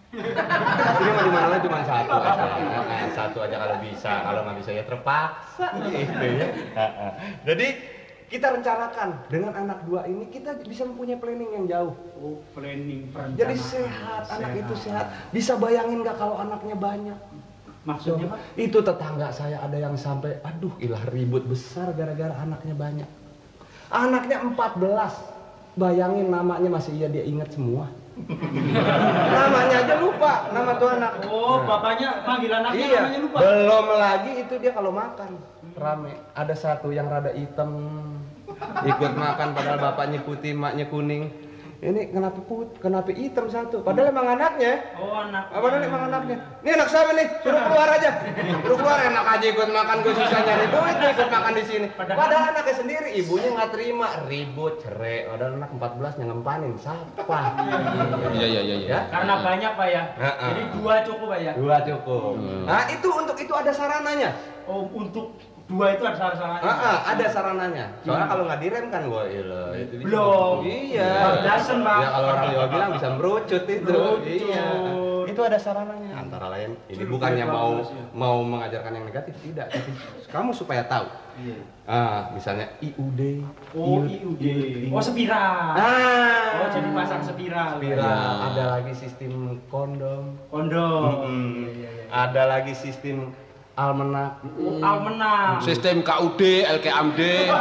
Ini mau di mana cuma satu aja. Satu aja kalau bisa, kalau nggak bisa ya terpaksa gitu ya. Jadi kita rencanakan dengan anak dua ini kita bisa mempunyai planning yang jauh. Oh, planning perencanaan. Jadi sehat, anak itu sehat. Bisa bayangin nggak kalau anaknya banyak? Maksudnya Pak? Itu tetangga saya ada yang sampai, aduh ilah ribut besar gara-gara anaknya banyak. Anaknya 14. Bayangin namanya masih dia ingat semua. Namanya aja lupa, nama tuh anak. Oh, bapaknya manggil anaknya Iya, namanya lupa. belum lagi itu dia kalau makan rame. Ada satu yang rada hitam ikut makan padahal bapaknya putih, maknya kuning. Ini kenapa hitam satu? Padahal emang anaknya. Oh, anak. Padahal emang anaknya. Ini anak siapa nih? Suruh keluar aja. Suruh keluar, enak aja ikut makan, gue susah nyari duit nih ikut makan di sini. Padahal anaknya sendiri, ibunya nggak terima, ribut, cerai. Padahal anak 14 yang ngempanin, siapa? Iya. Karena banyak Pak ya. Jadi 2 cukup Pak ya. 2 cukup. Nah untuk itu ada sarananya. Oh, untuk 2 itu ada saran-sarannya. Ada sarananya. Soalnya kalau nggak direm kan gue itu Belum. Iya. Bablasan, Pak. Ya kalau orang Jawa bilang bisa merucut itu. Merucut. Iya. Itu ada sarananya. Antara lain ini bukannya mau mengajarkan yang negatif, tidak. Tapi kamu supaya tahu. Iya. Misalnya IUD. Oh, IUD. Oh, spiral. Oh, jadi pasang spiral. Spiral. Ada lagi sistem kondom. Kondom. Iya. Ada lagi sistem almenak. Almenak. Sistem KUD, LKMD.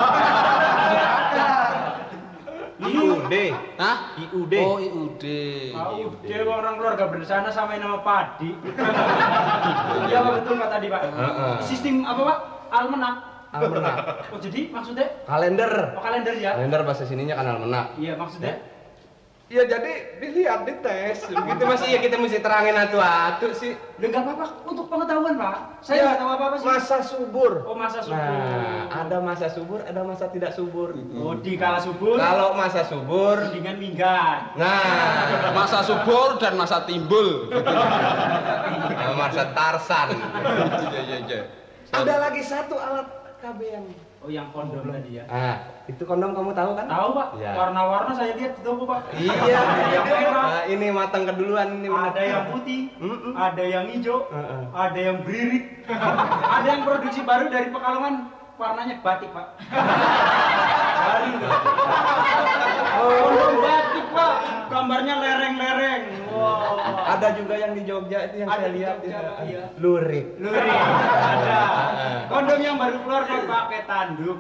IUD. Hah? IUD. Oh, IUD. Dia orang keluarga berencana samain nama padi. Iya Pak, betul Pak tadi Pak. Sistem apa Pak? Almenak. Almenak. Oh jadi maksudnya? Kalender. Oh kalender ya? Kalender bahasa sininya kan almenak. Iya maksudnya? Ya jadi dilihat dites. Begitu masih ya kita mesti terangin atu-atu sih. Enggak apa-apa untuk pengetahuan Pak. Saya nggak tahu apa-apa sih. Masa subur. Oh masa subur. Nah, ada masa subur, ada masa tidak subur. Oh di kala subur. Kalau masa subur dengan minggat. nah, Masa subur dan masa timbul. masa Tarsan. Iya. Ada lagi satu alat KB yang Oh yang kondom tadi ya? itu kondom kamu tahu kan? Tahu Pak, Ya. warna-warna saya lihat di toko Pak. Iya. Pak. Nah, ini matang keduluan ini. Ada yang putih, ada yang hijau, Heeh. ada yang beririk, ada yang produksi baru dari Pekalongan, warnanya batik Pak. Baru. Kondom batik Pak, gambarnya lereng-lereng. Wow. Ada juga yang di Jogja itu yang Ada saya di lihat Jogja, Pak, iya. lurik. Lurik, ada. Kondom yang baru keluar dia pakai tanduk.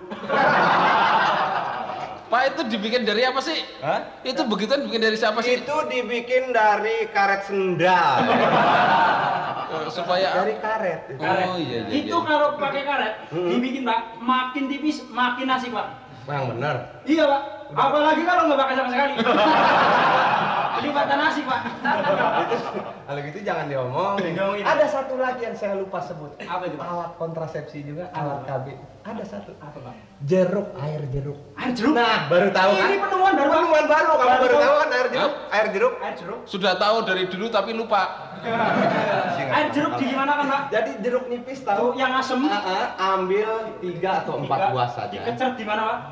Pak itu dibikin dari apa sih? Hah? Itu begituan dibikin dari siapa sih? Itu dibikin dari karet sendal. Supaya Dari karet. Karet. Oh iya. Itu kalau pakai karet, dibikin Pak, makin tipis, makin asik Pak. Yang benar. Iya Pak, apalagi kalau nggak pakai sama sekali. Kelipatan nasi Pak. Kalau gitu jangan diomongin. Diomongin. Ada satu lagi yang saya lupa sebut. Apa itu Pak? Alat kontrasepsi juga, alat KB. Ada satu. Apa Pak? Jeruk, air jeruk. Air jeruk. Nah, baru tahu kan? Ini penemuan baru, Pak. Penemuan baru. Kamu Baru baru tahu. tahu kan air jeruk? Air jeruk. Air jeruk. sudah tahu dari dulu tapi lupa. Air jeruk di gimana kan Pak? Jadi jeruk nipis tahu? Yang asem. Ambil 3 atau 4 buah saja. Dikecer di mana Pak?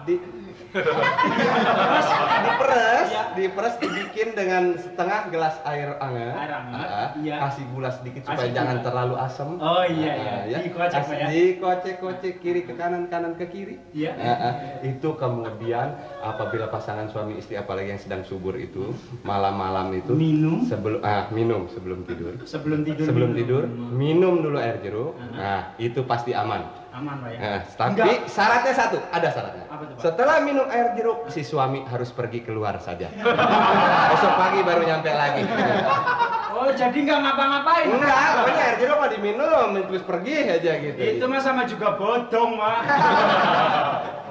Diperes, Iya. diperes dibikin dengan setengah gelas air hangat. Air hangat, iya. Kasih gula sedikit supaya Kasih jangan gula. terlalu asam. Oh iya. Dikocek Pak ya. Dikocek-kocek kiri ke kanan, kanan ke kiri. Iya. Itu kemudian apabila pasangan suami istri apalagi yang sedang subur itu malam-malam itu Minum. minum sebelum tidur. Sebelum tidur. Sebelum tidur minum dulu air jeruk. Nah, itu pasti aman. Aman Pak ya. Tapi Enggak. syaratnya satu, ada syaratnya. Apa tuh, Pak? Setelah minum air jeruk, si suami harus pergi keluar saja. Besok pagi baru nyampe lagi. Oh jadi nggak ngapa-ngapain? Enggak, pokoknya air jeruk mah diminum, terus pergi aja gitu. Itu mah sama juga bodong Pak.